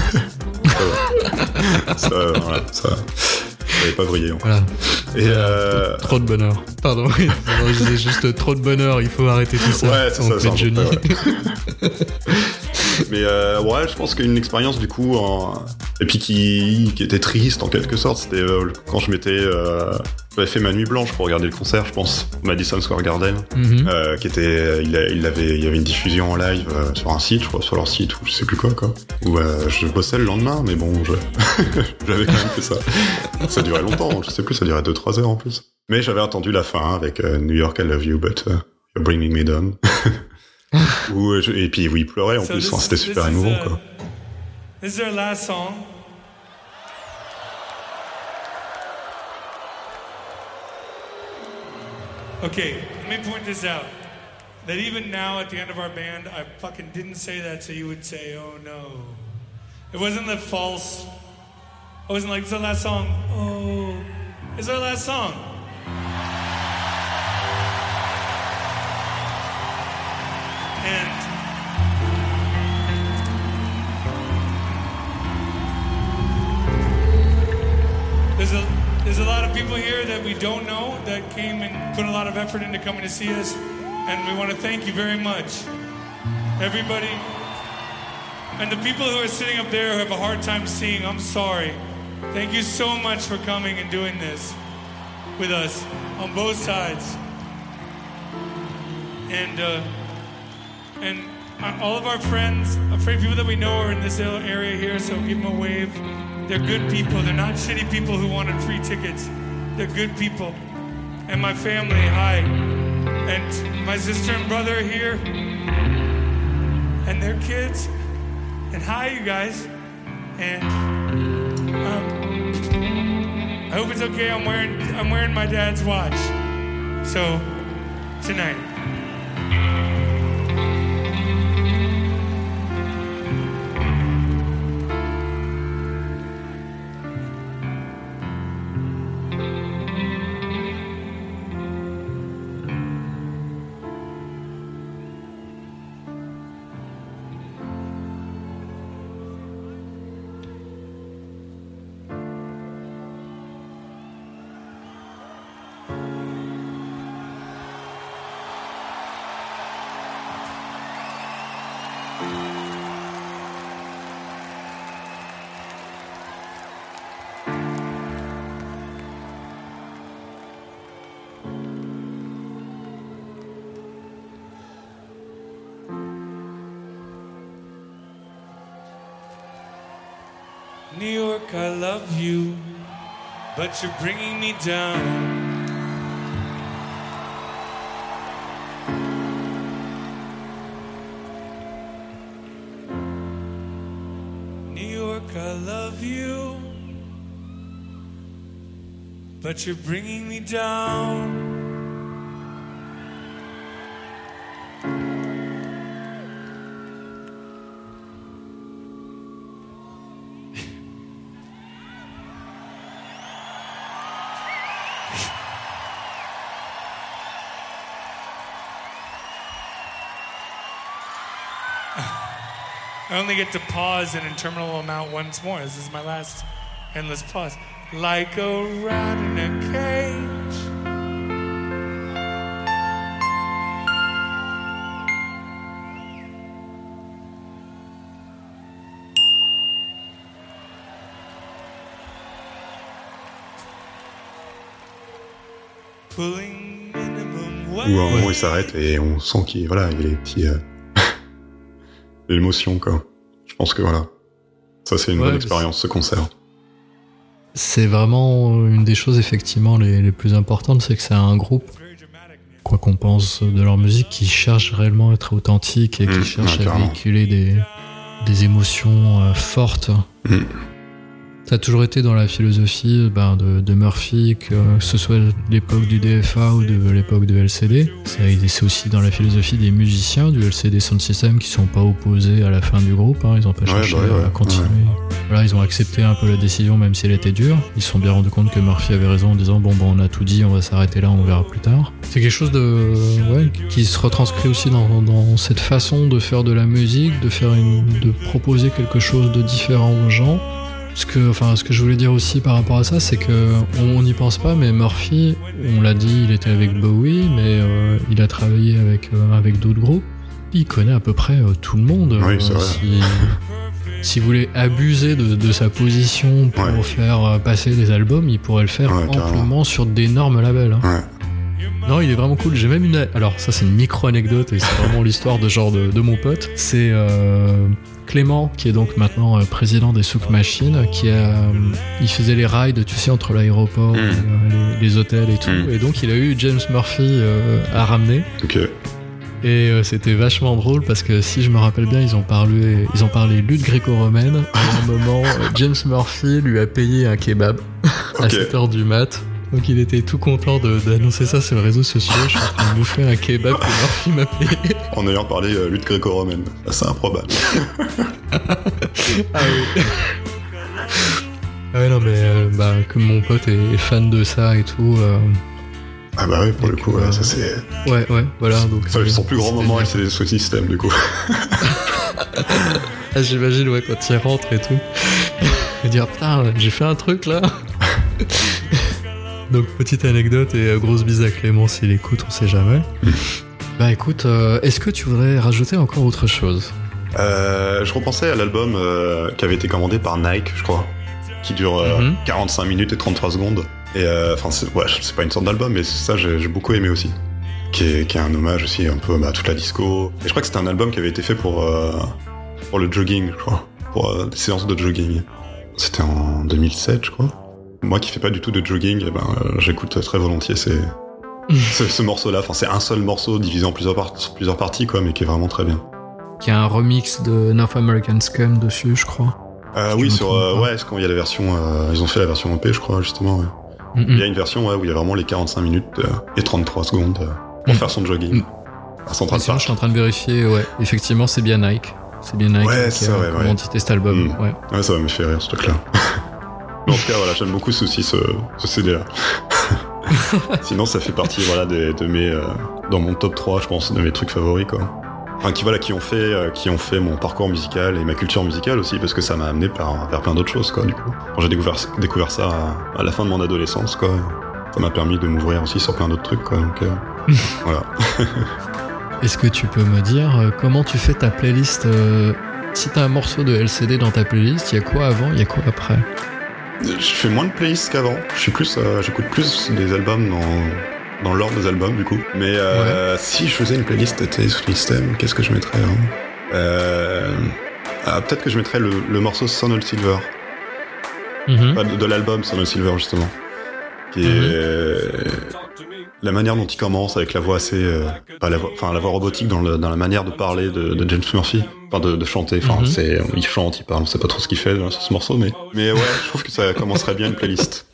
ça n'avait pas brillé. Voilà. Et trop de bonheur. Pardon, je disais juste trop de bonheur, il faut arrêter tout ça. Ouais, c'est ça, c'est Johnny. Mais je pense qu'une expérience du coup, et puis qui était triste en quelque sorte, c'était quand j'avais fait ma nuit blanche pour regarder le concert, je pense, au Madison Square Garden, qui était, il y avait une diffusion en live sur un site, je crois, sur leur site ou je sais plus quoi, où je bossais le lendemain, mais bon, j'avais quand même fait ça. Ça durait longtemps, je sais plus, ça durait 2-3 heures en plus. Mais j'avais attendu la fin avec New York I Love You, but you're bringing me down. Et puis, oui, il pleurait en So plus. this Enfin, c'était is- super this is, émouvant, quoi. This is our last song. Okay, let me point this out. That even now at the end of our band, I fucking didn't say that so you would say, oh no. It wasn't the false. I wasn't like, it's our last song. Oh, it's our last song. And there's a lot of people here that we don't know that came and put a lot of effort into coming to see us, and we want to thank you very much, everybody. And the people who are sitting up there who have a hard time seeing, I'm sorry. Thank you so much for coming and doing this with us on both sides. And all of our friends, people that we know are in this area here, so give them a wave. They're good people. They're not shitty people who wanted free tickets. They're good people. And my family, hi. And my sister and brother here. And their kids. And hi, you guys. And I hope it's okay. I'm wearing my dad's watch. So tonight. New York, I love you, but you're bringing me down. New York, I love you, but you're bringing me down. I only get to pause an interminable amount once more. This is my last endless pause. Like a rat in a cage. Pulling minimum Où à un moment wage. il s'arrête et on sent qu'il voilà, il y a les petits l'émotion quoi. Je pense que voilà. Ça c'est une bonne expérience ce concert. C'est vraiment une des choses effectivement les plus importantes, c'est que c'est un groupe, quoi qu'on pense de leur musique, qui cherche réellement à être authentique et qui cherche à véhiculer des émotions fortes. Ça a toujours été dans la philosophie de Murphy, que ce soit de l'époque du DFA ou de l'époque de LCD. C'est aussi dans la philosophie des musiciens du LCD Sound System qui sont pas opposés à la fin du groupe. Ils n'ont pas cherché à continuer. Voilà, ils ont accepté un peu la décision même si elle était dure. Ils se sont bien rendus compte que Murphy avait raison en disant on a tout dit, on va s'arrêter là, on verra plus tard. C'est quelque chose qui se retranscrit aussi dans cette façon de faire de la musique, de proposer quelque chose de différent aux gens. Ce que je voulais dire aussi par rapport à ça, c'est que on n'y pense pas, mais Murphy, on l'a dit, il était avec Bowie, mais il a travaillé avec d'autres groupes. Il connaît à peu près tout le monde. Oui, c'est vrai. S'il voulait abuser de sa position pour faire passer des albums, il pourrait le faire amplement sur d'énormes labels. Non, il est vraiment cool. J'ai même alors ça c'est une micro-anecdote et c'est vraiment l'histoire de mon pote. C'est Clément, qui est donc maintenant président des Souk Machines, il faisait les rides, tu sais, entre l'aéroport, les hôtels et tout. Et donc il a eu James Murphy à ramener. Okay. Et c'était vachement drôle parce que si je me rappelle bien, ils ont parlé lutte gréco-romaine. Et à un moment, James Murphy lui a payé un kebab à 7h du mat. Donc il était tout content d'annoncer ça sur les réseaux sociaux. Je suis en train de bouffer un kebab que Murphy m'a payé. En ayant parlé lutte gréco-romaine. C'est improbable. Ah oui. Ah ouais, non, mais comme mon pote est fan de ça et tout. Ah bah oui, pour le coup, ça c'est... Ouais, voilà. Donc, ça, son plus grand moment, c'est le système, du coup. Ah, j'imagine, ouais, quand il rentre et tout. Il dire, putain, j'ai fait un truc, là. Donc, petite anecdote et grosse bise à Clément s'il écoute, on sait jamais. Bah écoute, est-ce que tu voudrais rajouter encore autre chose? Je repensais à l'album qui avait été commandé par Nike, je crois, qui dure 45 minutes et 33 secondes. Et enfin, c'est pas une sorte d'album, mais ça, j'ai beaucoup aimé aussi. Qui est un hommage aussi un peu à toute la disco. Et je crois que c'était un album qui avait été fait pour le jogging, je crois. Pour des séances de jogging. C'était en 2007, je crois. Moi qui fais pas du tout de jogging, j'écoute très volontiers ce morceau-là. Enfin, c'est un seul morceau divisé en plusieurs parties, quoi, mais qui est vraiment très bien. Qui a un remix de North American Scum dessus, je crois. Oui, sur c'est quand il y a la version, ils ont fait la version EP, je crois, justement. Ouais. Il y a une version où il y a vraiment les 45 minutes et 33 secondes pour faire son jogging. À Central Park. Je suis en train de vérifier, ouais. Effectivement, c'est bien Nike. C'est bien Nike qui a commandité cet album. Ouais, ça va me faire rire, ce truc-là. Mais en tout cas, voilà, j'aime beaucoup ce CD-là. Sinon, ça fait partie, de mes, dans mon top 3, je pense, de mes trucs favoris, quoi. Enfin, qui ont fait mon parcours musical et ma culture musicale aussi, parce que ça m'a amené vers plein d'autres choses, quoi, du coup. Quand j'ai découvert ça à la fin de mon adolescence, quoi, ça m'a permis de m'ouvrir aussi sur plein d'autres trucs, quoi, donc voilà. Est-ce que tu peux me dire comment tu fais ta playlist si t'as un morceau de LCD dans ta playlist, il y a quoi avant, il y a quoi après? Je fais moins de playlists qu'avant. J'écoute plus des albums dans l'ordre des albums, du coup. Mais si je faisais une playlist de Taste System, qu'est-ce que je mettrais peut-être que je mettrais le morceau Son of Silver. De l'album Son of Silver, justement. Qui est la manière dont il commence, avec la voix assez... la voix robotique dans la manière de parler de James Murphy. Enfin, de chanter. Enfin, il chante, il parle, on sait pas trop ce qu'il fait sur ce morceau, mais ouais, je trouve que ça commencerait bien une playlist.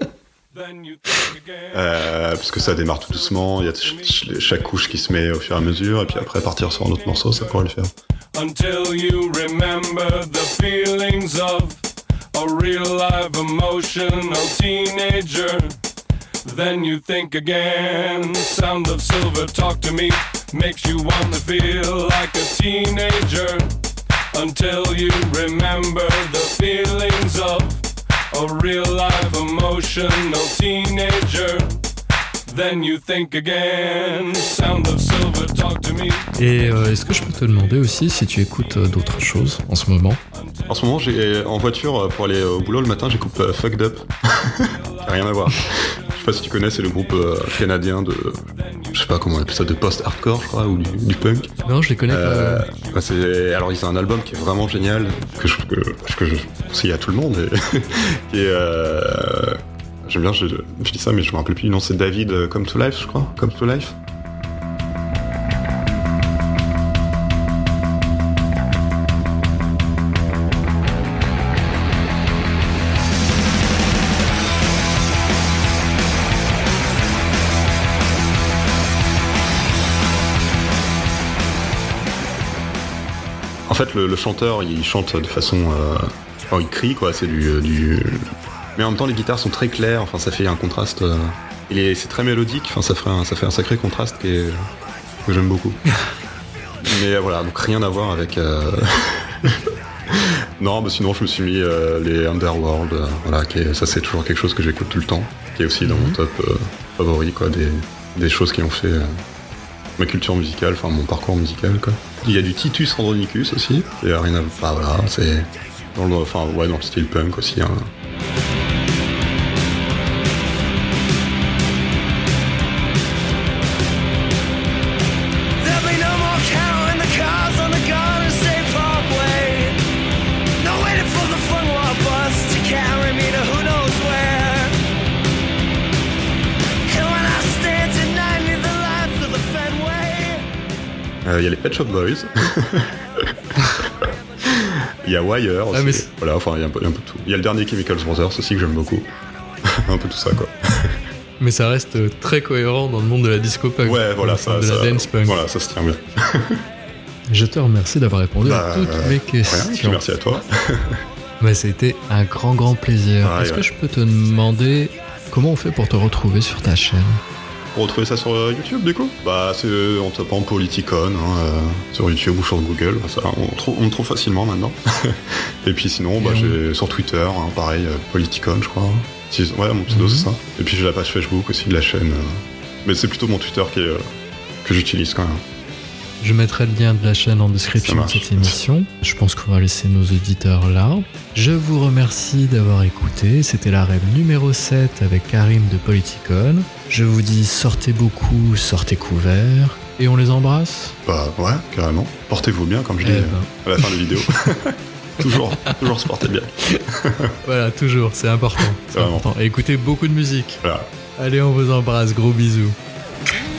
Parce que ça démarre tout doucement, il y a chaque couche qui se met au fur et à mesure, et puis après partir sur un autre morceau, ça pourrait le faire. Until you remember the feelings of a real live emotional teenager, then you think again. Sound of silver talk to me makes you want to feel like a teenager. Until you remember the feelings of a real life emotional teenager, then you think again. Sound of silver talk to me. Et est-ce que je peux te demander aussi si tu écoutes d'autres choses en ce moment? En ce moment, en voiture pour aller au boulot le matin, j'écoute Fucked Up. Rien à voir. Je sais pas si tu connais, c'est le groupe canadien de, je sais pas comment on appelle ça, de post-hardcore, je crois, ou du punk. Non, je les connais pas. Alors, ils ont un album qui est vraiment génial, que je conseille à tout le monde. Et j'aime bien, je dis ça, mais je me rappelle plus. Non, c'est David Come to Life, je crois. Come to Life. En fait, le chanteur, il chante de façon... il crie, quoi, c'est du... Mais en même temps, les guitares sont très claires, enfin, ça fait un contraste... c'est très mélodique, enfin, ça fait un sacré contraste que j'aime beaucoup. Mais voilà, donc rien à voir avec... Non, sinon, je me suis mis les Underworld, ça c'est toujours quelque chose que j'écoute tout le temps, qui est aussi dans mon top favori, quoi, des choses qui ont fait... ma culture musicale, enfin mon parcours musical, quoi. Il y a du Titus Andronicus aussi, et rien à... voilà, c'est dans le style punk aussi, hein. Il y a les Pet Shop Boys. Il y a Wire aussi. mais voilà, enfin, il y a un peu de tout. Il y a le dernier Chemical Brothers aussi que j'aime beaucoup. Un peu tout ça, quoi. Mais ça reste très cohérent dans le monde de la disco punk. Ouais, voilà, ça. De la dance punk. Voilà, ça se tient bien. Je te remercie d'avoir répondu à toutes mes questions. Merci à toi. Bah, c'était un grand plaisir. Ah, Est-ce ouais. que je peux te demander comment on fait pour te retrouver sur ta chaîne? Pour retrouver ça sur YouTube, du coup, bah, c'est en tapant Politicon sur YouTube ou sur Google. Ça, on me trouve facilement maintenant. Et puis sinon, bah, j'ai sur Twitter, pareil, Politicon, je crois. Ouais, mon pseudo, c'est ça. Et puis j'ai la page Facebook aussi de la chaîne. Mais c'est plutôt mon Twitter que j'utilise quand même. Je mettrai le lien de la chaîne en Ça description de marche. cette émission. Je pense qu'on va laisser nos auditeurs là. Je vous remercie d'avoir écouté. C'était la rêve numéro 7 avec Karim de Politicon. Je vous dis sortez beaucoup, sortez couverts. Et on les embrasse. Bah ouais, carrément. Portez-vous bien, comme je dis à la fin de la vidéo. toujours se porter bien. Voilà, toujours, c'est important. C'est Vraiment. important. Et écoutez beaucoup de musique. Voilà. Allez, on vous embrasse. Gros bisous.